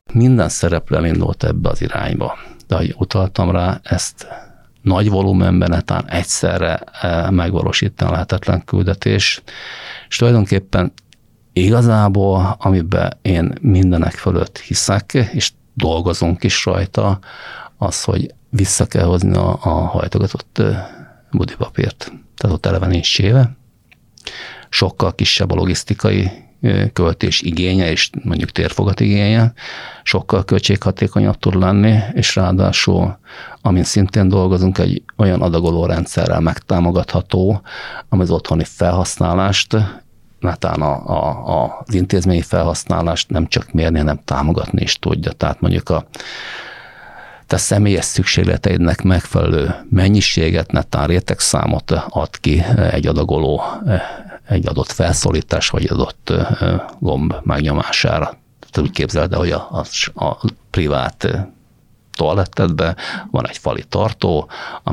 [SPEAKER 3] Minden szereplő elindult ebbe az irányba. De ahogy utaltam rá, ezt nagy volumenben, netán egyszerre megvalósítani lehetetlen küldetés, és tulajdonképpen igazából, amiben én mindenek fölött hiszek, és dolgozunk is rajta, az, hogy vissza kell hozni a hajtogatott budipapírt. Tehát ott eleve nincs cséve, sokkal kisebb a logisztikai költés igénye, és mondjuk térfogat igénye, sokkal költséghatékonyabb tud lenni, és ráadásul, amin szintén dolgozunk, egy olyan adagoló rendszerrel megtámogatható, ami az otthoni felhasználást, netán az intézményi felhasználást nem csak mérni, hanem támogatni is tudja. Tehát mondjuk te személyes szükségleteidnek megfelelő mennyiséget, netán rétegszámot ad ki egy adagoló, egy adott felszólítás, vagy adott gomb megnyomására. Úgy képzeld el, hogy a privát toalettedben van egy fali tartó,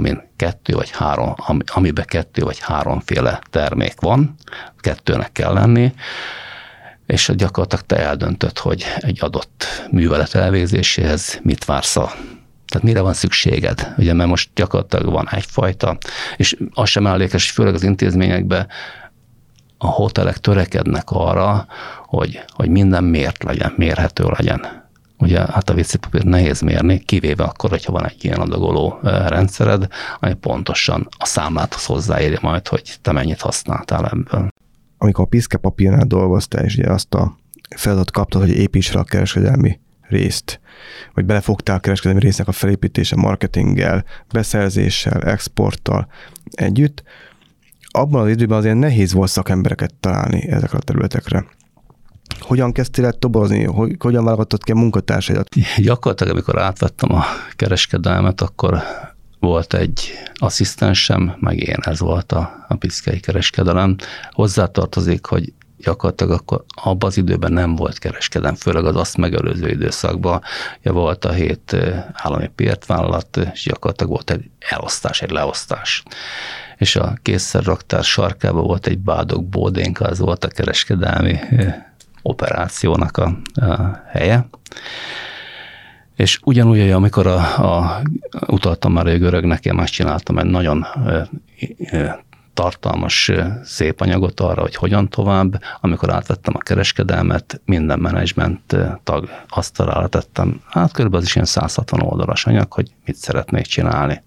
[SPEAKER 3] amiben 2 vagy 3 féle termék van, 2-nek kell lenni, és gyakorlatilag te eldöntöd, hogy egy adott művelet elvégzéséhez mit vársz tehát mire van szükséged? Ugye, mert most gyakorlatilag van egyfajta, és az sem mellékes, főleg az intézményekben a hotelek törekednek arra, hogy minden mért legyen, mérhető legyen. Ugye hát a WC-papírt nehéz mérni, kivéve akkor, hogyha van egy ilyen adagoló rendszered, ami pontosan a számláthoz hozzáírja majd, hogy te mennyit használtál ebből.
[SPEAKER 2] Amikor a piszkepapírnál dolgoztál, és ugye azt a feladatot kaptad, hogy építs rá a kereskedelmi részt, vagy belefogtál a kereskedelmi résznek a felépítése marketinggel, beszerzéssel, exporttal együtt, abban az időben azért nehéz volt szakembereket találni ezekre a területekre. Hogyan kezdtél el toborozni? Hogyan válogattad ki a munkatársaidat?
[SPEAKER 3] Gyakorlatilag, amikor átvettem a kereskedelmet, akkor volt egy asszisztensem, meg én, ez volt a piszkei kereskedelem. Hozzátartozik, hogy gyakorlatilag akkor abban az időben nem volt kereskedelem, főleg az azt megelőző időszakban. Volt a 7 állami piacvállalat, és gyakorlatilag volt egy elosztás, egy leosztás. És a készszerraktár sarkában volt egy Bádog Bódénka, az volt a kereskedelmi operációnak a helye. És ugyanúgy, amikor utaltam már, hogy Görögnek, én már csináltam egy nagyon tartalmas, szép anyagot arra, hogy hogyan tovább. Amikor átvettem a kereskedelmet, minden menedzsment tag asztalára tettem, hát körülbelül az is ilyen 160 oldalas anyag, hogy mit szeretnék csinálni.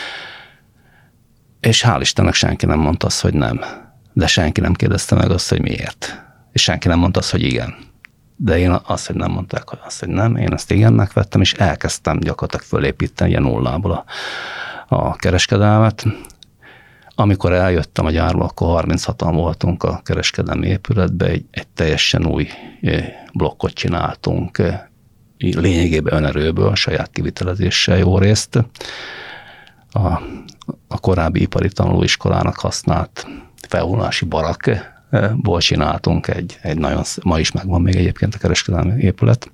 [SPEAKER 3] És hál' Istennek senki nem mondta azt, hogy nem. De senki nem kérdezte meg azt, hogy miért. És senki nem mondta azt, hogy igen. De én azt, hogy nem mondták azt, hogy nem, én ezt igennek vettem, és elkezdtem gyakorlatilag fölépíteni ilyen nullából a kereskedelmet. Amikor eljöttem a gyárba, akkor 36-an voltunk a kereskedelmi épületbe, egy teljesen új blokkot csináltunk, lényegében önerőből, saját kivitelezéssel jó részt. A korábbi ipari tanulóiskolának használt felvonulási barakból csináltunk egy nagyon, ma is megvan még egyébként a kereskedelmi épület.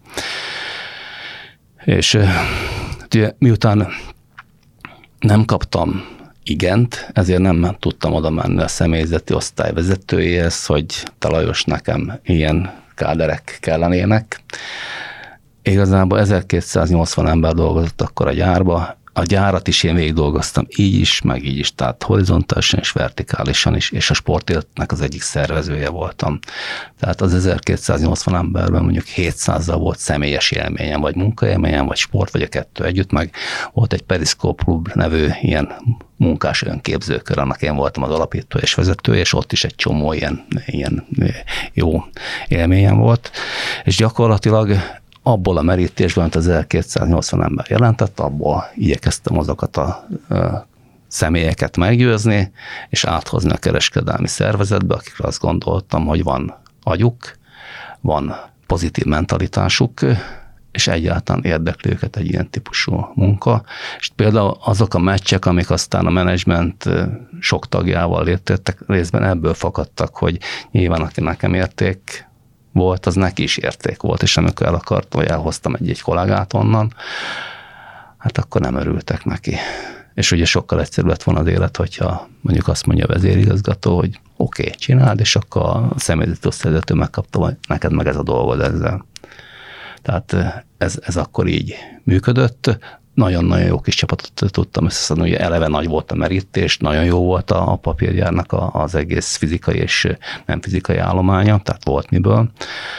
[SPEAKER 3] És ugye, miután nem kaptam igent, ezért nem tudtam oda menni a személyzeti osztály vezetőjéhez, hogy te Lajos, nekem ilyen káderek kellenének. Igazából 1280 ember dolgozott akkor a gyárba, a gyárat is én végig dolgoztam, így is, meg így is, tehát horizontálisan és vertikálisan is, és a sportéletnek az egyik szervezője voltam. Tehát az 1280 emberben mondjuk 700-zal volt személyes élményem, vagy munkaélményem, vagy sport, vagy a kettő együtt, meg volt egy Periszkóp Klub nevű ilyen munkás önképzőkör, annak én voltam az alapító és vezetője, és ott is egy csomó ilyen jó élményem volt, és gyakorlatilag abból a merítésben, amit az 1280 ember jelentett, abból igyekeztem azokat a személyeket meggyőzni, és áthozni a kereskedelmi szervezetbe, akikre azt gondoltam, hogy van agyuk, van pozitív mentalitásuk, és egyáltalán érdekli őket egy ilyen típusú munka. És például azok a meccsek, amik aztán a menedzsment sok tagjával létrettek, részben ebből fakadtak, hogy nyilván aki nekem érték volt, az neki is érték volt, és amikor el akartam, vagy elhoztam egy kollégát onnan, hát akkor nem örültek neki. És ugye sokkal egyszerűbb lett volna az élet, hogyha mondjuk azt mondja a vezérigazgató, hogy oké, csináld, és akkor a személyzeti osztályvezető megkapta, hogy neked meg ez a dolgod ezzel. Tehát ez akkor így működött. Nagyon-nagyon jó kis csapatot tudtam összeszedni, ugye eleve nagy volt a merítés, nagyon jó volt a papírgyárnak az egész fizikai és nem fizikai állománya, tehát volt miből.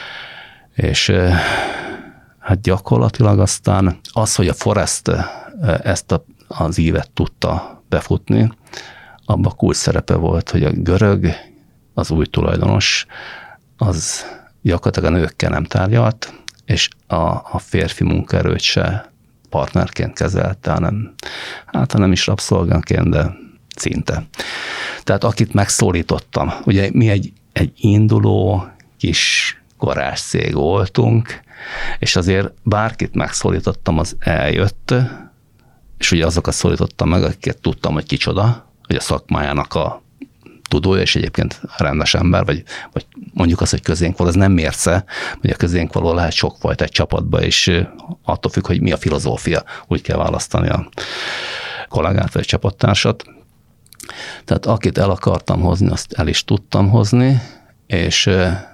[SPEAKER 3] És hát gyakorlatilag aztán az, hogy a Forest ezt az ívet tudta befutni, abban kulcs szerepe volt, hogy a görög, az új tulajdonos, az gyakorlatilag a nőkkel nem tárgyalt, és a férfi munkaerőt se partnerként kezelte, hanem is rabszolgaként, de szinte. Tehát akit megszólítottam, ugye mi egy induló kis garázscég voltunk, és azért bárkit megszólítottam, az eljött, és ugye azokat szólítottam meg, akiket tudtam, hogy kicsoda, hogy a szakmájának a tudója, és egyébként rendes ember, vagy mondjuk az, hogy közénk való, ez nem mérce, hogy a közénk való lehet sokfajta egy csapatba, és attól függ, hogy mi a filozófia, úgy kell választani a kollégát, vagy a csapattársat. Tehát akit el akartam hozni, azt el is tudtam hozni, és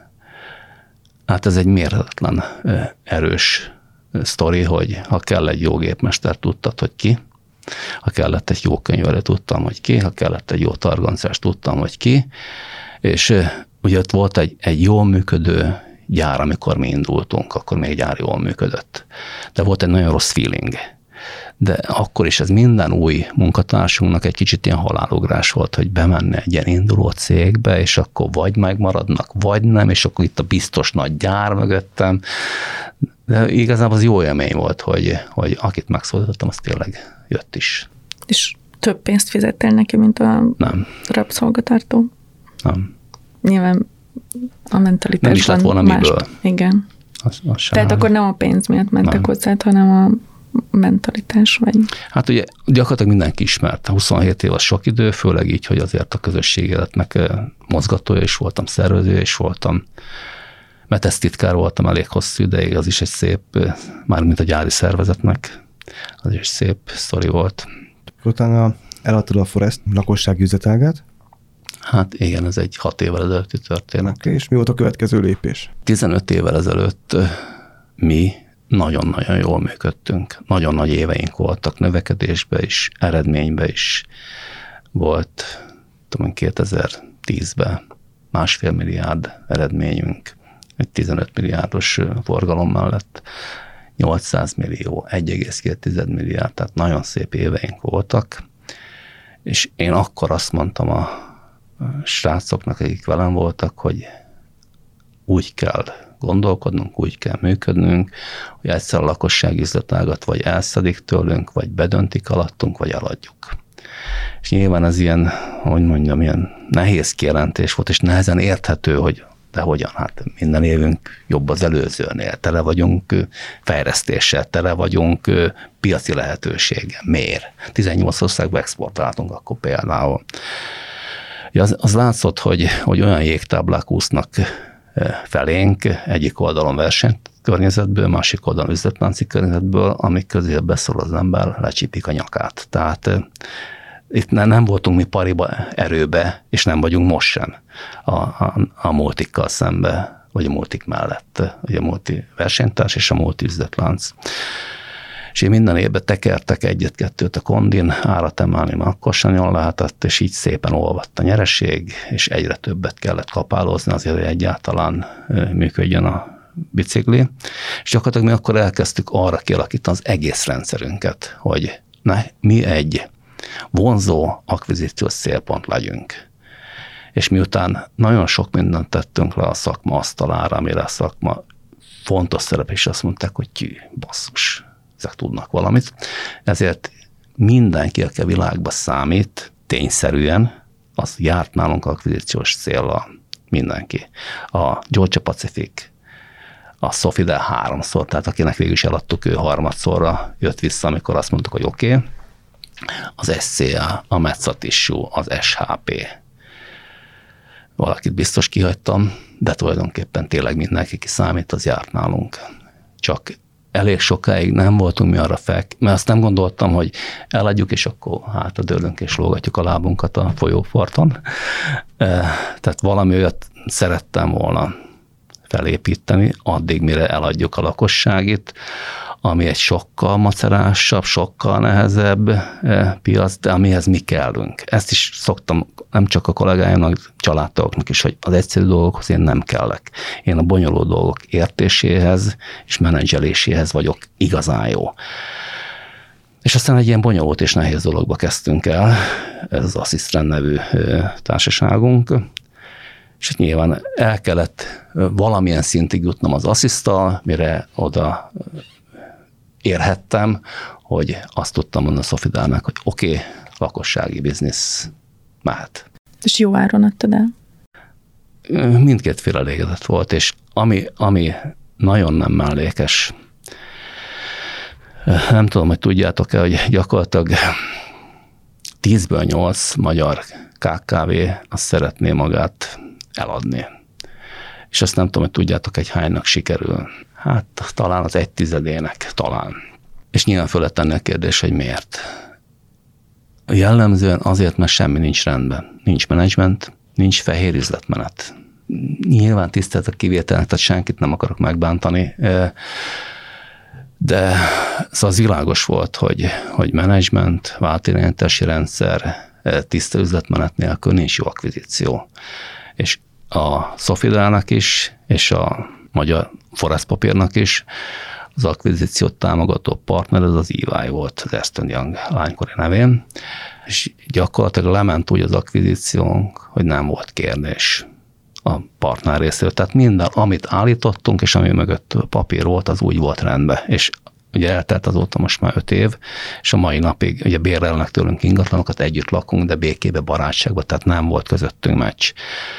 [SPEAKER 3] hát ez egy mérhetetlen erős sztori, hogy ha kell egy jó gépmester, tudtad, hogy ki, ha kellett egy jó könyvelő, tudtam, hogy ki, ha kellett egy jó targoncás, tudtam, hogy ki, és ugye ott volt egy jól működő gyár, amikor mi indultunk, akkor még gyár jól működött. De volt egy nagyon rossz feeling. De akkor is ez minden új munkatársunknak egy kicsit ilyen halálugrás volt, hogy bemenne egy ilyen induló cégbe, és akkor vagy megmaradnak, vagy nem, és akkor itt a biztos nagy gyár mögöttem. De igazából az jó élmény volt, hogy akit megszólítottam, az tényleg jött is. És
[SPEAKER 4] több pénzt fizettél neki, mint a rabszolgatartó?
[SPEAKER 3] Nem.
[SPEAKER 4] Nyilván a mentalitásban
[SPEAKER 3] nem is lett volna
[SPEAKER 4] más.
[SPEAKER 3] Miből.
[SPEAKER 4] Igen.
[SPEAKER 3] Az
[SPEAKER 4] Tehát akkor nem a pénz miatt mentek hozzád, hanem a mentalitás vagy? Hát
[SPEAKER 3] ugye gyakorlatilag mindenki ismert. 27 év az sok idő, főleg így, hogy azért a közösség életnek mozgatója is voltam, szervezője is voltam. Metesztitkár voltam elég hosszú ideig, az is egy szép, mármint a gyári szervezetnek, az is szép sztori volt.
[SPEAKER 2] Utána eladtad a Forest lakossági üzletágát?
[SPEAKER 3] Hát igen, ez egy 6 évvel ezelőtti történet.
[SPEAKER 2] Okay, és mi volt a következő lépés?
[SPEAKER 3] 15 évvel ezelőtt mi nagyon-nagyon jól működtünk. Nagyon nagy éveink voltak növekedésbe is, eredménybe is. Volt, tudom, 2010-ben 1,5 milliárd eredményünk, egy 15 milliárdos forgalom mellett 800 millió, 1,2 milliárd, tehát nagyon szép éveink voltak, és én akkor azt mondtam a srácoknak, akik velem voltak, hogy úgy kell gondolkodnunk, úgy kell működnünk, hogy egyszer a lakossági üzletágat vagy elszedik tőlünk, vagy bedöntik alattunk, vagy eladjuk. És nyilván ez ilyen, hogy mondjam, ilyen nehéz kijelentés volt, és nehezen érthető, hogy de hogyan? Hát minden évünk jobb az előzőnél, tele vagyunk fejlesztéssel, tele vagyunk piaci lehetőséggel. Miért? 18 országba exportáltunk akkor például. Az látszott, hogy olyan jégtáblák úsznak felénk, egyik oldalon versenykörnyezetből, másik oldalon üzletlánci környezetből, amik közé beszól az ember, lecsípik a nyakát. Tehát itt nem voltunk mi pariba, erőbe, és nem vagyunk most sem a multikkal szembe, vagy a multik mellett, vagy a multi versenytárs és a multi üzletlánc. És én minden évben tekertek egyet-kettőt a kondin, árat emelni már akkor sem jól lehetett, és így szépen olvadt a nyereség, és egyre többet kellett kapálózni azért, hogy egyáltalán működjön a bicikli. És gyakorlatilag mi akkor elkezdtük arra kialakítani az egész rendszerünket, hogy mi egy vonzó akvizíciós célpont legyünk. És miután nagyon sok mindent tettünk le a szakma asztalára, amire a szakma fontos szerep, és azt mondták, hogy basszus, ezek tudnak valamit. Ezért mindenki, aki a világban számít, tényszerűen, az járt nálunk akvizíciós céllal mindenki. A Georgia Pacific, a Sofidel 3-szor, tehát akinek végül is eladtuk, ő harmadszorra jött vissza, amikor azt mondtuk, hogy oké. Az SCA, a Metza Tissue, az SHP. Valakit biztos kihagytam, de tulajdonképpen tényleg mindenki, ki számít, az járt nálunk. Csak elég sokáig nem voltunk mi arra mert azt nem gondoltam, hogy eladjuk, és akkor hátradőlünk, és lógatjuk a lábunkat a folyóparton. Tehát valami olyat szerettem volna felépíteni, addig, mire eladjuk a lakosságit, ami egy sokkal macerásabb, sokkal nehezebb piac, de amihez mi kellünk. Ezt is szoktam nem csak a kollégáimnak, családtagoknak is, hogy az egyszerű dolgokhoz én nem kellek. Én a bonyolult dolgok értéséhez és menedzseléséhez vagyok igazán jó. És aztán egy ilyen bonyolult és nehéz dologba kezdtünk el, ez az Asszisztrend nevű társaságunk, és nyilván el kellett valamilyen szintig jutnom az Asszisztal, mire oda érhettem, hogy azt tudtam mondani a Sofidalnak, hogy oké, lakossági biznisz mehet. És
[SPEAKER 4] jó áron adtad el?
[SPEAKER 3] Mindkét fél elégedett volt, és ami nagyon nem mellékes, nem tudom, hogy tudjátok-e, hogy gyakorlatilag 10-ből 8 magyar KKV azt szeretné magát eladni. És azt nem tudom, hogy tudjátok, hogy hánynak sikerül. Hát talán az 1/10, talán. És nyilván föl lett tenni a kérdés, hogy miért. Jellemzően azért, mert semmi nincs rendben. Nincs menedzsment, nincs fehér üzletmenet. Nyilván tisztelt a kivételnek, tehát senkit nem akarok megbántani, de szóval az világos volt, hogy menedzsment, váltirányítási rendszer, tiszta üzletmenet nélkül nincs jó akvizíció. És a Sofidalnak is, és a Magyar Forrászpapírnak is az akvizíciót támogató partner, ez az EY volt, az Ernst & Young lánykori nevén, és gyakorlatilag lement úgy az akvizíciónk, hogy nem volt kérdés a partner részéről. Tehát minden, amit állítottunk, és ami mögött papír volt, az úgy volt rendben. És ugye eltelt azóta most már 5 év, és a mai napig ugye bérelnek tőlünk ingatlanokat, együtt lakunk, de békébe, barátságban, tehát nem volt közöttünk meccs.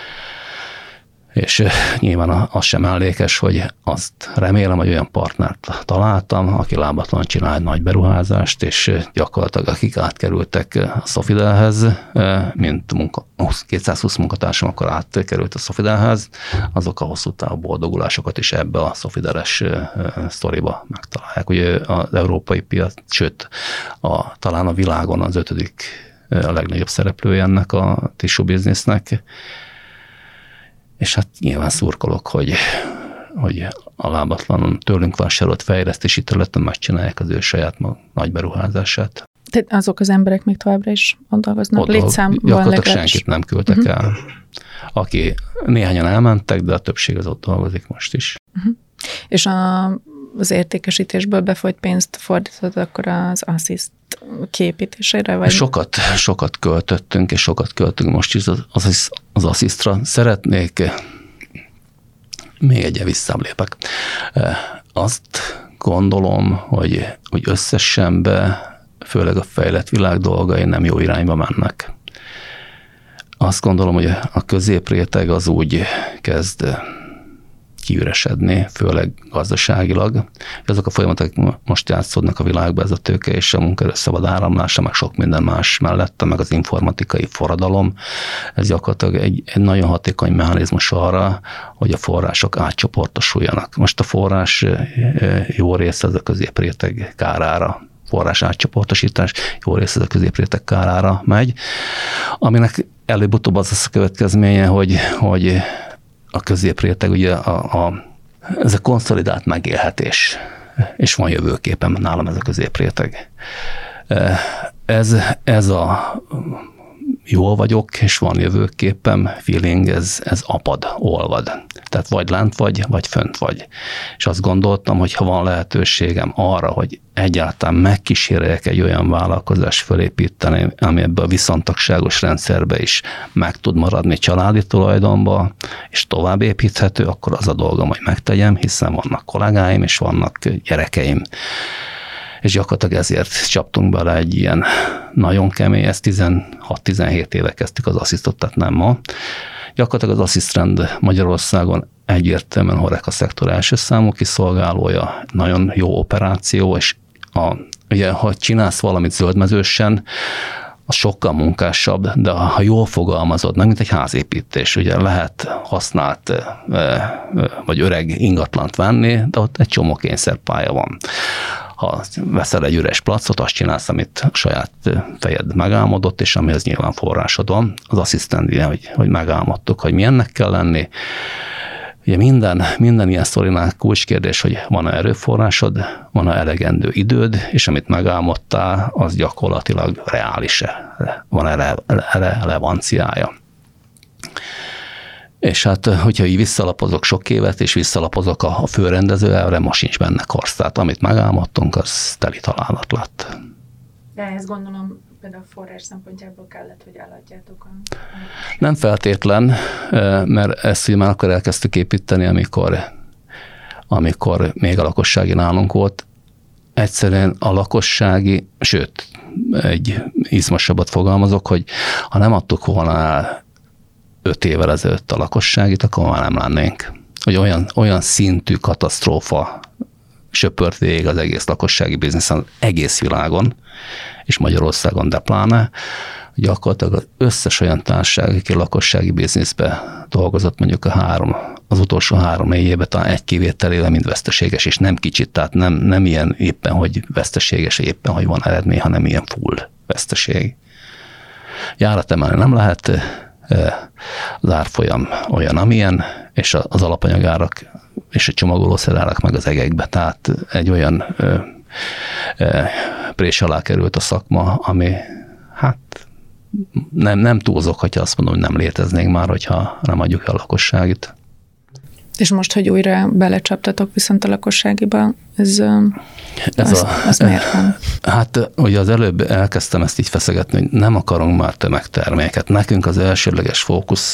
[SPEAKER 3] És nyilván az sem mellékes, hogy azt remélem, hogy olyan partnert találtam, aki lábatlan csinál egy nagy beruházást, és gyakorlatilag akik átkerültek a Sofidalhez, mint 220 munkatársam akkor átkerült a Sofidalhez, azok a hosszú távú boldogulásokat is ebbe a Sofidales sztoriba megtalálják. Ugye az európai piac, sőt, talán a világon az 5. a legnagyobb szereplője ennek a tissue businessnek, és hát nyilván szurkolok, hogy a lábatlan tőlünk vásárolt fejlesztési területen megcsinálják az ő saját nagy beruházását.
[SPEAKER 4] Tehát azok az emberek még továbbra is ott dolgoznak?
[SPEAKER 3] Gyakorlatilag senkit nem küldtek el. Aki néhányan elmentek, de a többség az ott dolgozik most is.
[SPEAKER 4] És az értékesítésből befolyt pénzt fordítod akkor az Assist kiépítésére? Vagy?
[SPEAKER 3] Sokat költöttünk, és sokat költünk most is az Assistra. Szeretnék, még egyen visszalépek. Azt gondolom, hogy összesen főleg a fejlett világ dolgai nem jó irányba mennek. Azt gondolom, hogy a középréteg az úgy kezd kiüresedni, főleg gazdaságilag. Azok a folyamatok most játszódnak a világban, ez a tőke és a munkaerő szabad áramlása, meg sok minden más mellette, meg az informatikai forradalom. Ez gyakorlatilag egy nagyon hatékony mechanizmus arra, hogy a források átcsoportosuljanak. Most a forrás jó része az a középréteg kárára, forrás átcsoportosítás jó része az a középréteg kárára megy, aminek előbb-utóbb az lesz a következménye, hogy a középréteg, ugye ez a konszolidált megélhetés, és van jövőképen nálam ez a középréteg. Ez a jól vagyok, és van jövőképem, feeling, ez apad, olvad. Tehát vagy lent vagy fönt vagy. És azt gondoltam, hogy ha van lehetőségem arra, hogy egyáltalán megkísérjek egy olyan vállalkozás fölépíteni, ami ebbe a viszontagságos rendszerbe is meg tud maradni családi tulajdonba, és tovább építhető, akkor az a dolgom, hogy megtegyem, hiszen vannak kollégáim, és vannak gyerekeim. És gyakorlatilag ezért csaptunk bele egy ilyen nagyon kemény, ezt 16-17 éve kezdtük az Asszisztot, tehát nem ma. Gyakorlatilag az Asszisztrend Magyarországon egyértelműen HoReCa szektor első számú kiszolgálója, nagyon jó operáció, és ugye, ha csinálsz valamit zöldmezősen, az sokkal munkásabb, de ha jól fogalmazod, meg mint egy házépítés, ugye lehet használt vagy öreg ingatlant venni, de ott egy csomó kényszerpálya van. Ha veszel egy üres placot, azt csinálsz, amit a saját fejed megálmodott, és amihez nyilván forrásod van. Az Asszisztendnél, hogy megálmodtuk, hogy milyennek kell lenni. Ugye minden ilyen sztorinál kulcskérdés, hogy van-e erőforrásod, van-e elegendő időd, és amit megálmodtál, az gyakorlatilag reális-e, van-e relevanciája. És hát, hogyha így visszalapozok sok évet, és visszalapozok a főrendező elvre, most sincs benne karsz. Tehát amit megálmodtunk, az teli találat lett.
[SPEAKER 4] De ehhez gondolom például forrás szempontjából kellett, hogy eladjátok.
[SPEAKER 3] Nem feltétlen, mert ezt ugye már akkor elkezdtük építeni, amikor még a lakossági nálunk volt. Egyszerűen a lakossági, sőt, egy izmosabbat fogalmazok, hogy ha nem adtuk volna el 5 évvel ezelőtt a lakosságit, akkor már nem lennénk. Hogy olyan szintű katasztrófa söpört végig az egész lakossági bizniszen, egész világon, és Magyarországon, de pláne, hogy gyakorlatilag az összes olyan társaság, aki lakossági bizniszbe dolgozott mondjuk az utolsó 3-4 évben, talán egy kivételével mind veszteséges, és nem kicsit, tehát nem ilyen éppen, hogy veszteséges, éppen, hogy van eredmény, hanem ilyen full veszteség. Járat emelni nem lehet, az árfolyam olyan, amilyen, és az alapanyagárak és a csomagolószerárak meg az egekbe. Tehát egy olyan prés alá került a szakma, ami hát nem túlzok, hogyha azt mondom, hogy nem léteznénk már, hogyha nem adjuk el a lakosságit. És
[SPEAKER 4] most, hogy újra belecsaptatok viszont a lakosságiba, az miért van?
[SPEAKER 3] Hát ugye az előbb elkezdtem ezt így feszegetni, hogy nem akarunk már tömegterméket. Nekünk az elsődleges fókusz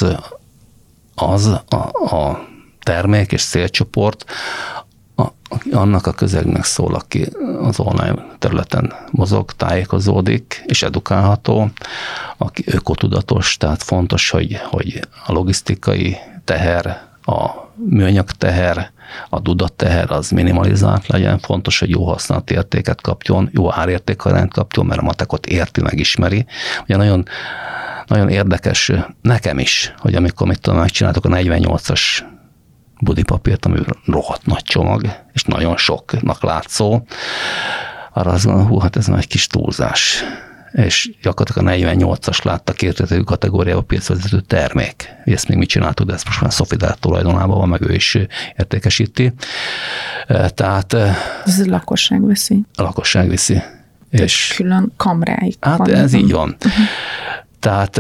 [SPEAKER 3] az a termék és célcsoport, annak a közegnek szól, aki az online területen mozog, tájékozódik és edukálható, aki ökotudatos, tehát fontos, hogy a logisztikai teher, a műanyag teher, a tudatteher az minimalizált legyen, fontos, hogy jó használati értéket kapjon, jó árértékarányt kapjon, mert a matekot érti, megismeri. Ugye nagyon érdekes nekem is, hogy amikor megcsináltok a 48-as budipapírt, ami rohadt nagy csomag, és nagyon soknak látszó, arra azt gondolom, hát ez már egy kis túlzás. És gyakorlatilag a 48-as látta kértető kategóriába piacvezető termék. Ezt még mit csináltuk, de ezt most már Sofidel tulajdonában van, meg ő is értékesíti. Tehát...
[SPEAKER 4] Ez a lakosság viszi.
[SPEAKER 3] A lakosság viszi. És
[SPEAKER 4] külön kamráik.
[SPEAKER 3] Hát ez így van. Tehát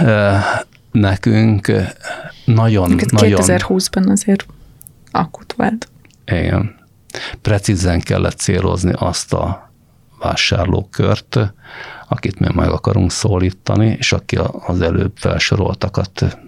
[SPEAKER 3] nekünk nagyon...
[SPEAKER 4] 2020-ban azért akut vált.
[SPEAKER 3] Igen. Precízen kellett célozni azt a vásárlókört, akit mi meg akarunk szólítani, és aki az előbb felsoroltakat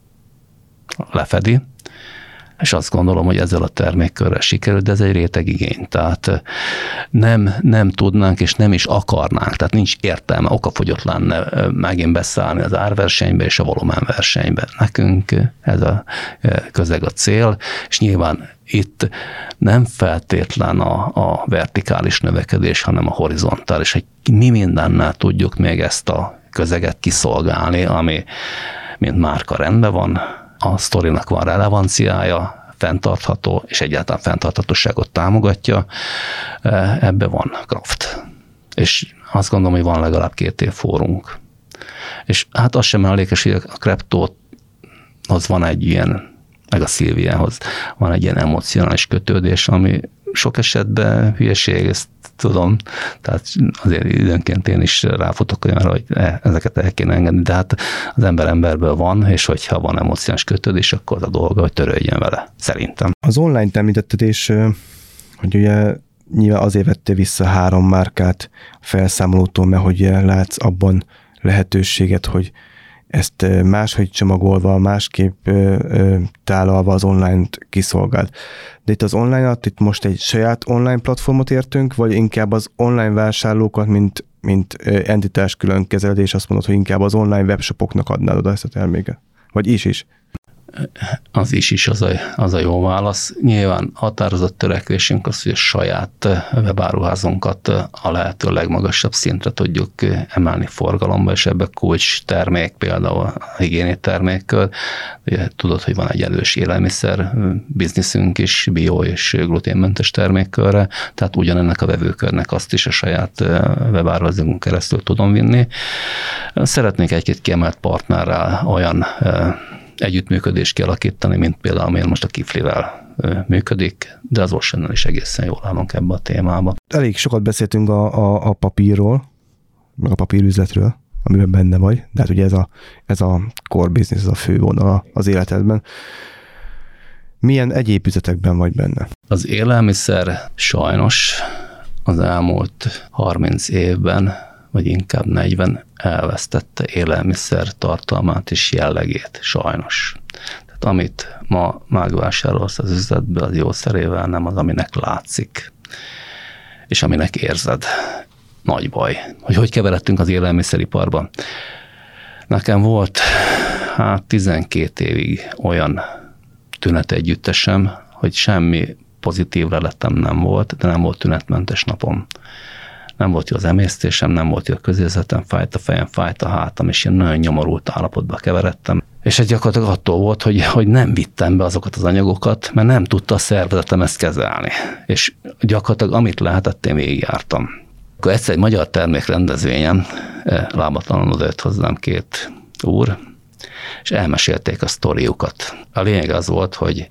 [SPEAKER 3] lefedi. És azt gondolom, hogy ezzel a termékkörrel sikerült, de ez egy réteg igény. Tehát nem tudnánk, és nem is akarnánk, tehát nincs értelme, okafogyott lenne megint beszállni az árversenybe és a volumenversenybe. Nekünk ez a közeg a cél, és nyilván itt nem feltétlen a vertikális növekedés, hanem a horizontális, hogy mi mindennel tudjuk még ezt a közeget kiszolgálni, ami mint márka rendben van, a sztorinak van relevanciája, fenntartható, és egyáltalán fenntarthatóságot támogatja, ebbe van kraft. És azt gondolom, hogy van legalább 2 év fórunk. És hát az sem mellékes, hogy a Kreptóhoz van egy ilyen, meg a Szilviához van egy ilyen emocionális kötődés, ami sok esetben hülyeség, ezt tudom, tehát azért időnként én is ráfutok olyanra, hogy ezeket el kéne engedni, de hát az ember emberből van, és hogyha van emocionális kötődés, akkor az a dolga, hogy törődjön vele, szerintem.
[SPEAKER 2] Az online-t említetted, és hogy ugye nyilván azért vettél vissza 3 márkát felszámolótól, mert hogy látsz abban lehetőséget, hogy ezt máshogy csomagolva, másképp tálalva az online-t kiszolgált. De itt az online alatt, itt most egy saját online platformot értünk, vagy inkább az online vásárlókat, mint entitás külön kezeled, és azt mondod, hogy inkább az online webshopoknak adnád oda ezt a terméket? Vagy is?
[SPEAKER 3] Az is az a jó válasz. Nyilván határozott törekvésünk az, hogy a saját webáruházunkat a lehető legmagasabb szintre tudjuk emelni forgalomba, és ebbe kulcs termék, például a higiéni termékkör. Tudod, hogy van egy erős élelmiszer bizniszünk is, bio és gluténmentes termékkörre, tehát ugyanennek a vevőkörnek azt is a saját webáruházunkon keresztül tudom vinni. Szeretnék egy-két kiemelt partnerrel olyan együttműködést kialakítani, mint például amilyen most a Kiflivel működik, de az Oceannel is egészen jól állunk ebbe a témába.
[SPEAKER 2] Elég sokat beszéltünk a papírról, meg a papírüzletről, amiben benne vagy, de hát ugye ez a core business, ez a fő vonal az életedben. Milyen egyéb üzletekben vagy benne?
[SPEAKER 3] Az élelmiszer sajnos az elmúlt 30 évben, vagy inkább 40 elvesztette élelmiszer tartalmát és jellegét, sajnos. Tehát amit ma megvásárolsz az üzletbe, az jószerével nem az, aminek látszik, és aminek érzed. Nagy baj. Hogy keveredtünk az élelmiszeriparba. Nekem volt 12 évig olyan tünetegyüttesem, hogy semmi pozitív leletem nem volt, de nem volt tünetmentes napom. Nem volt jó az emésztésem, nem volt jó a közérzetem, fájt a fejem, fájt a hátam, és ilyen nagyon nyomorult állapotba keveredtem. És ez gyakorlatilag attól volt, hogy nem vittem be azokat az anyagokat, mert nem tudta a szervezetem ezt kezelni. És gyakorlatilag amit lehetett, én végigjártam. Akkor egyszer egy magyar termékrendezvényen lábatlanul odajött hozzám 2 úr, és elmesélték a sztoriukat. A lényeg az volt, hogy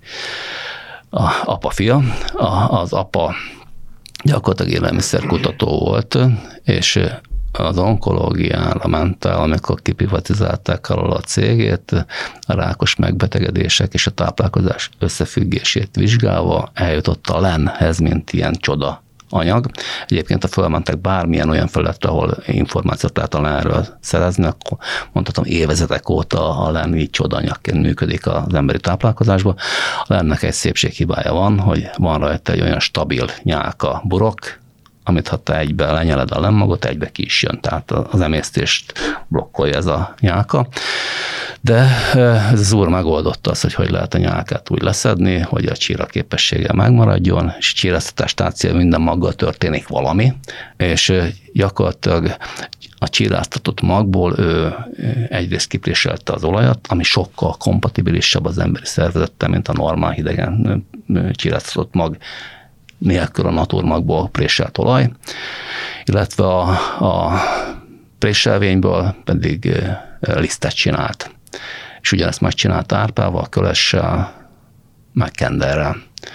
[SPEAKER 3] apa-fia, az apa gyakorlatilag élelmiszerkutató volt, és az onkológiára ment el, amikor kiprivatizálták alól a cégét, a rákos megbetegedések és a táplálkozás összefüggését vizsgálva eljutott a LEN-hez, mint ilyen csoda anyag. Egyébként, ha fölmentek bármilyen olyan felületre, ahol információt lehet a LEN-ről szerezni, akkor mondhatom, évezetek óta a LEN így csodanyagként működik az emberi táplálkozásban. A LEN-nek egy szépséghibája van, hogy van rajta egy olyan stabil nyálka burok, amit ha te egybe lenyeled a LEN-magot, egybe ki is jön, tehát az emésztést blokkolja ez a nyálka. De ez az úr megoldotta azt, hogy lehet a nyálkát úgy leszedni, hogy a csíra képessége megmaradjon, és csíráztatás tárcél minden maggal történik valami, és gyakorlatilag a csíráztatott magból ő egyrészt kipréselte az olajat, ami sokkal kompatibilisabb az emberi szervezettel, mint a normál hidegen csíráztatott mag nélkül a naturmagból préselt olaj, illetve a préselvényből pedig lisztet csinált. És ugyanezt megcsinálta árpával, kölessel, meg kenderrel.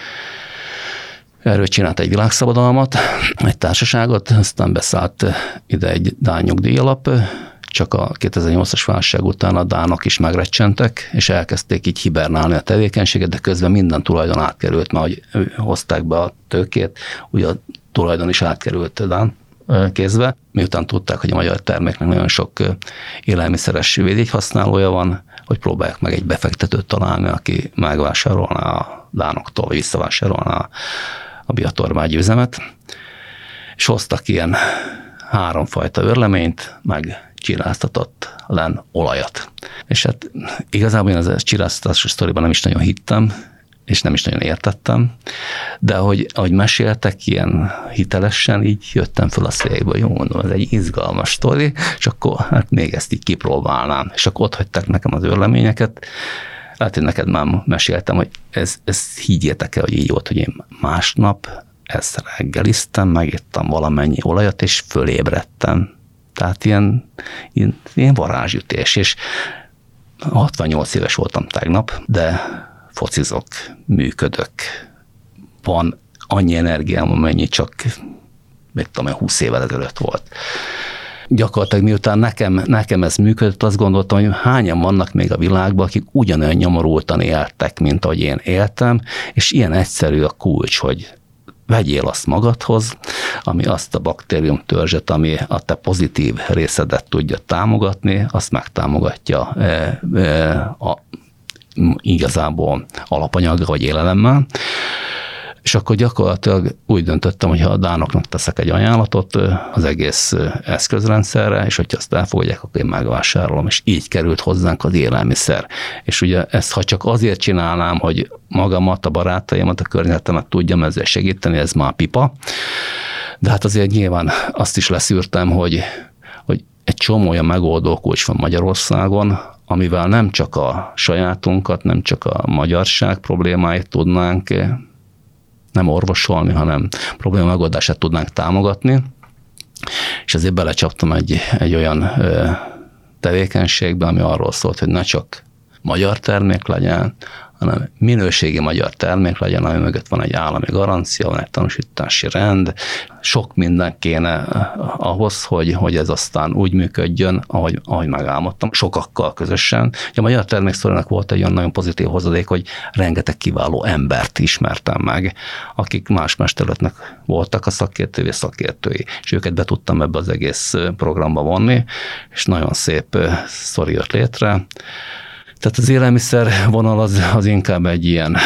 [SPEAKER 3] Erről csinált egy világszabadalmat, egy társaságot, aztán beszállt ide egy dán nyugdíjalap, csak a 2008-as válság után a dánok is megrecsentek, és elkezdték így hibernálni a tevékenységet, de közben minden tulajdon átkerült, mert ahogy hozták be a tőkét, ugye a tulajdon is átkerült dán kézbe. Miután tudták, hogy a magyar terméknek nagyon sok élelmiszeres védjegyhasználója van, hogy próbálják meg egy befektetőt találni, aki megvásárolná a dánoktól, vagy visszavásárolná a Biotormágy üzemet, és hoztak ilyen 3 fajta örleményt, meg csiráztatott LEN olajat. És hát igazából én az csiráztatásos sztoriban nem is nagyon hittem, és nem is nagyon értettem, de ahogy meséltek ilyen hitelesen, így jöttem föl a székből, jó mondom, ez egy izgalmas sztori, és akkor hát még ezt így kipróbálnám. És akkor ott hagyták nekem az örleményeket. Hát én neked már meséltem, hogy ez higgyétek el, hogy így volt, hogy én másnap ezt reggeliztem, megittam valamennyi olajat, és fölébredtem. Tehát ilyen varázsütés, és 68 éves voltam tegnap, de focizok, működök. Van annyi energiám, amennyi csak 20 évvel ezelőtt volt. Gyakorlatilag miután nekem ez működött, azt gondoltam, hogy hányan vannak még a világban, akik ugyanolyan nyomorultan éltek, mint ahogy én éltem, és ilyen egyszerű a kulcs, hogy vegyél azt magadhoz, ami azt a baktérium törzset, ami a te pozitív részedet tudja támogatni, azt megtámogatja igazából alapanyaggal vagy élelemmel. És akkor gyakorlatilag úgy döntöttem, hogy ha a dánoknak teszek egy ajánlatot az egész eszközrendszerre, és hogyha azt elfogadják, akkor én megvásárolom, és így került hozzánk az élelmiszer. És ugye ezt, ha csak azért csinálnám, hogy magamat, a barátaimat, a környezetemet tudjam ezzel segíteni, ez már pipa. De hát azért nyilván azt is leszűrtem, hogy egy csomó olyan megoldókulcs van Magyarországon, amivel nem csak a sajátunkat, nem csak a magyarság problémáit tudnánk nem orvosolni, hanem probléma megoldását tudnánk támogatni. És ezért belecsaptam egy olyan tevékenységbe, ami arról szólt, hogy ne csak magyar termék legyen, hanem minőségi magyar termék legyen, ami mögött van egy állami garancia, van egy tanúsítási rend. Sok minden kéne ahhoz, hogy ez aztán úgy működjön, ahogy megálmodtam, sokakkal közösen. A magyar termékszórának volt egy olyan nagyon pozitív hozadék, hogy rengeteg kiváló embert ismertem meg, akik más területnek voltak a szakértői, és őket be tudtam ebbe az egész programba vonni, és nagyon szép sztori jött létre. Tehát az élelmiszer vonal az inkább egy ilyen,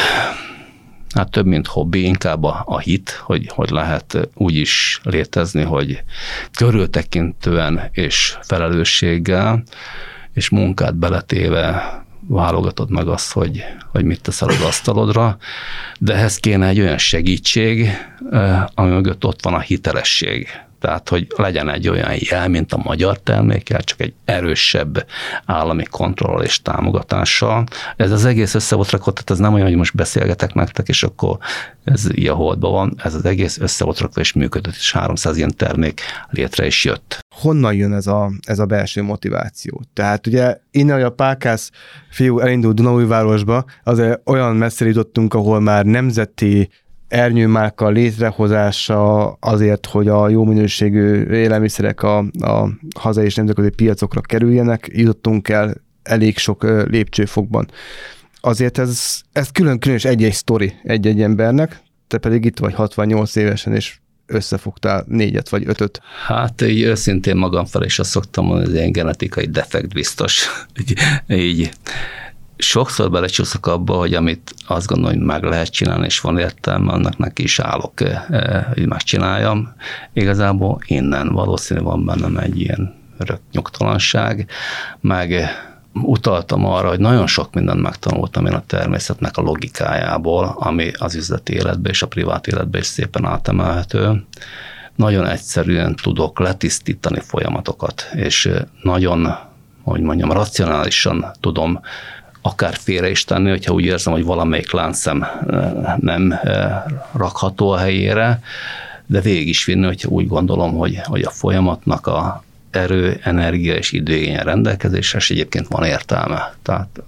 [SPEAKER 3] hát több mint hobbi, inkább a hit, hogy lehet úgy is létezni, hogy körültekintően és felelősséggel és munkát beletéve válogatod meg azt, hogy mit teszel az asztalodra, de ehhez kéne egy olyan segítség, ami mögött ott van a hitelesség. Tehát, hogy legyen egy olyan jel, mint a magyar termékkel, csak egy erősebb állami kontroll és támogatással. Ez az egész össze volt rakva, tehát ez nem olyan, hogy most beszélgetek nektek, és akkor ez ilyen holdban van, ez az egész össze volt rakva, és működött, és 300 ilyen termék létre is jött.
[SPEAKER 2] Honnan jön ez a belső motiváció? Tehát ugye innen, hogy a Pákász fiú elindult Dunaújvárosba, azért olyan messzire jutottunk, ahol már nemzeti ernyőmárka létrehozása azért, hogy a jó minőségű élelmiszerek a hazai és nemzetközi piacokra kerüljenek, jutottunk el elég sok lépcsőfokban. Azért ez külön-külön is egy-egy sztori egy-egy embernek, te pedig itt vagy 68 évesen, és összefogtál 4 vagy 5.
[SPEAKER 3] Hát így őszintén magam fel is azt szoktam mondani, hogy ilyen genetikai defekt biztos. így. Sokszor belecsúszok abba, hogy amit azt gondolom, hogy meg lehet csinálni, és van értelme, annak neki is állok, hogy megcsináljam. Igazából innen valószínűleg van bennem egy ilyen örök nyugtalanság, meg utaltam arra, hogy nagyon sok mindent megtanultam én a természetnek a logikájából, ami az üzleti életbe és a privát életbe is szépen átemelhető. Nagyon egyszerűen tudok letisztítani folyamatokat, és nagyon, hogy mondjam, racionálisan tudom akár félre is tenni, hogyha úgy érzem, hogy valamelyik láncszem nem rakható a helyére, de végig is vinni, hogyha úgy gondolom, hogy a folyamatnak a erő, energia és időigénye rendelkezésre, és egyébként van értelme. Tehát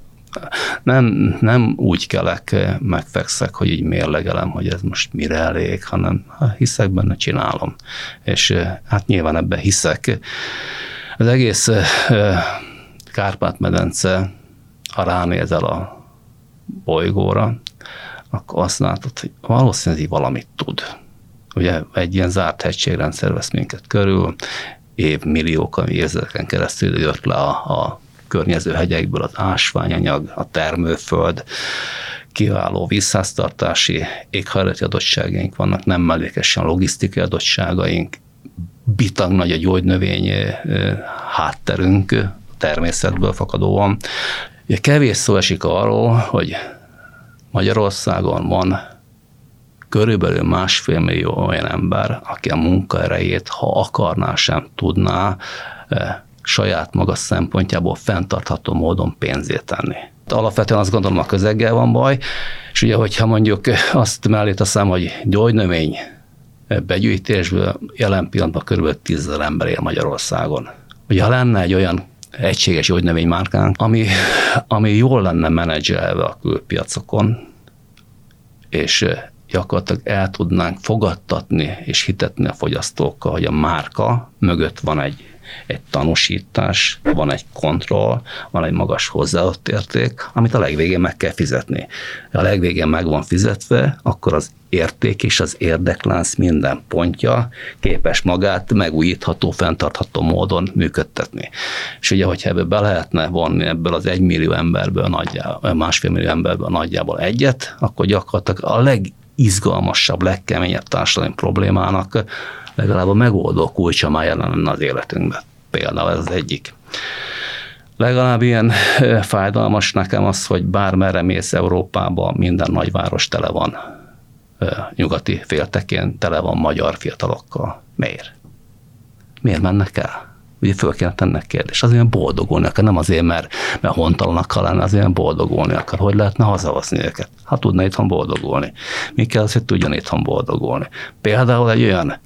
[SPEAKER 3] nem úgy kelek, megfekszek, hogy így mérlegelem, hogy ez most mire elég, hanem hiszek benne, csinálom. És hát nyilván ebben hiszek. Az egész Kárpát-medence, ha ránézel a bolygóra, akkor azt látod, hogy valószínűleg valamit tud. Ugye egy ilyen zárt hegységrendszer vesz minket körül, évmilliók, évtizedeken keresztül jött le a környező hegyekből az ásványanyag, a termőföld, kiváló vízháztartási, éghajlati adottságaink vannak, nem mellékesen logisztikai adottságaink, bitag nagy a gyógynövény hátterünk, természetből fakadóan. Ugye kevés szó esik arról, hogy Magyarországon van körülbelül 1,5 millió olyan ember, aki a munkaerejét, ha akarná, sem tudná saját maga szempontjából fenntartható módon pénzé tenni. Alapvetően azt gondolom, a közeggel van baj, és ugye, hogyha mondjuk azt mellé teszem, hogy gyógynövény begyűjtésből jelen pillanatban körülbelül 10 000 ember él Magyarországon. Ugye, ha lenne egy olyan egységes gyógynövénymárkánk, ami jól lenne menedzselve a külpiacokon, és gyakorlatilag el tudnánk fogadtatni és hitetni a fogyasztókkal, hogy a márka mögött van egy tanúsítás, van egy kontroll, van egy magas hozzáadott érték, amit a legvégén meg kell fizetni. Ha a legvégén meg van fizetve, akkor az érték és az érdeklánc minden pontja képes magát megújítható, fenntartható módon működtetni. És ugye, hogyha ebből be lehetne vonni ebből az 1 millió emberből, 1,5 millió emberből nagyjából egyet, akkor gyakorlatilag a legizgalmasabb, legkeményebb társadalmi problémának legalább a megoldó kulcsa már jelen lenne az életünkben. Például ez az egyik. Legalább ilyen fájdalmas nekem az, hogy bármerre mész Európában, minden nagyváros tele van, nyugati féltekén tele van magyar fiatalokkal. Miért? Miért mennek el? Ugye föl kéne tennek kérdés. Azért boldogulni akar, nem azért, mert hontalannak akar lenni, azért boldogulni akar. Hogy lehetne hazahozni őket? Ha tudna itthon boldogulni. Mi kell az, hogy tudjon itthon boldogulni? Például egy olyan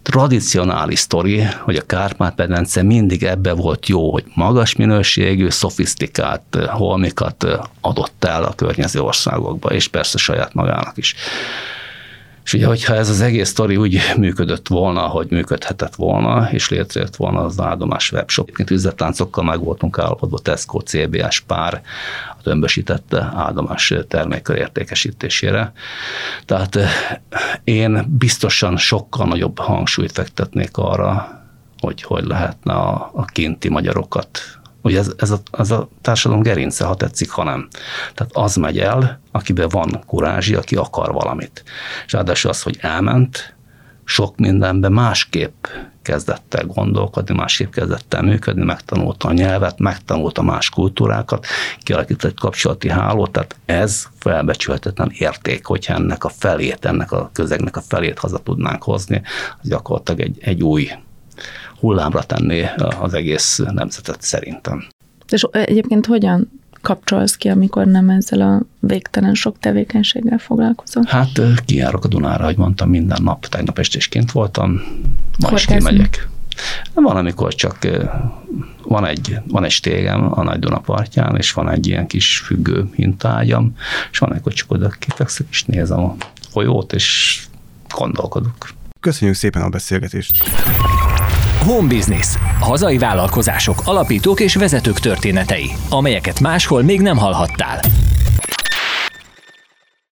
[SPEAKER 3] tradicionális sztori, hogy a Kárpát-medence mindig ebbe volt jó, hogy magas minőségű, szofisztikált holmikat adott el a környező országokba, és persze saját magának is. És ugye, hogyha ez az egész sztori úgy működött volna, ahogy működhetett volna, és létrejött volna az áldomás webshop. Egyébként üzletláncokkal meg voltunk állapodva, Tesco, CBA, Spár, a tömbösített áldomás termékek értékesítésére. Tehát én biztosan sokkal nagyobb hangsúlyt fektetnék arra, hogy lehetne a kinti magyarokat. Ugye ez a társadalom gerince, ha tetszik, ha nem. Tehát az megy el, akiben van kurázsi, aki akar valamit. És ráadásul az, hogy elment, sok mindenben másképp kezdett el gondolkodni, másképp kezdett el működni, megtanulta a nyelvet, megtanulta más kultúrákat, kialakított egy kapcsolati hálót, tehát ez felbecsülhetetlen érték, hogyha ennek a felét, ennek a közegnek a felét haza tudnánk hozni, az gyakorlatilag egy új hullámra tenné az egész nemzetet szerintem.
[SPEAKER 4] És egyébként hogyan kapcsolsz ki, amikor nem ezzel a végtelen sok tevékenységgel foglalkozol?
[SPEAKER 3] Hát kijárok a Dunára, ahogy mondtam, minden nap, tegnap este is kint voltam, ma is kimegyek. Van, amikor csak van egy stégem a Nagy Duna partján, és van egy ilyen kis függő hintaágyam, és van, amikor csak oda kifekszek, és nézem a folyót, és gondolkodok.
[SPEAKER 2] Köszönjük szépen a beszélgetést!
[SPEAKER 1] Home Business. Hazai vállalkozások, alapítók és vezetők történetei, amelyeket máshol még nem hallhattál.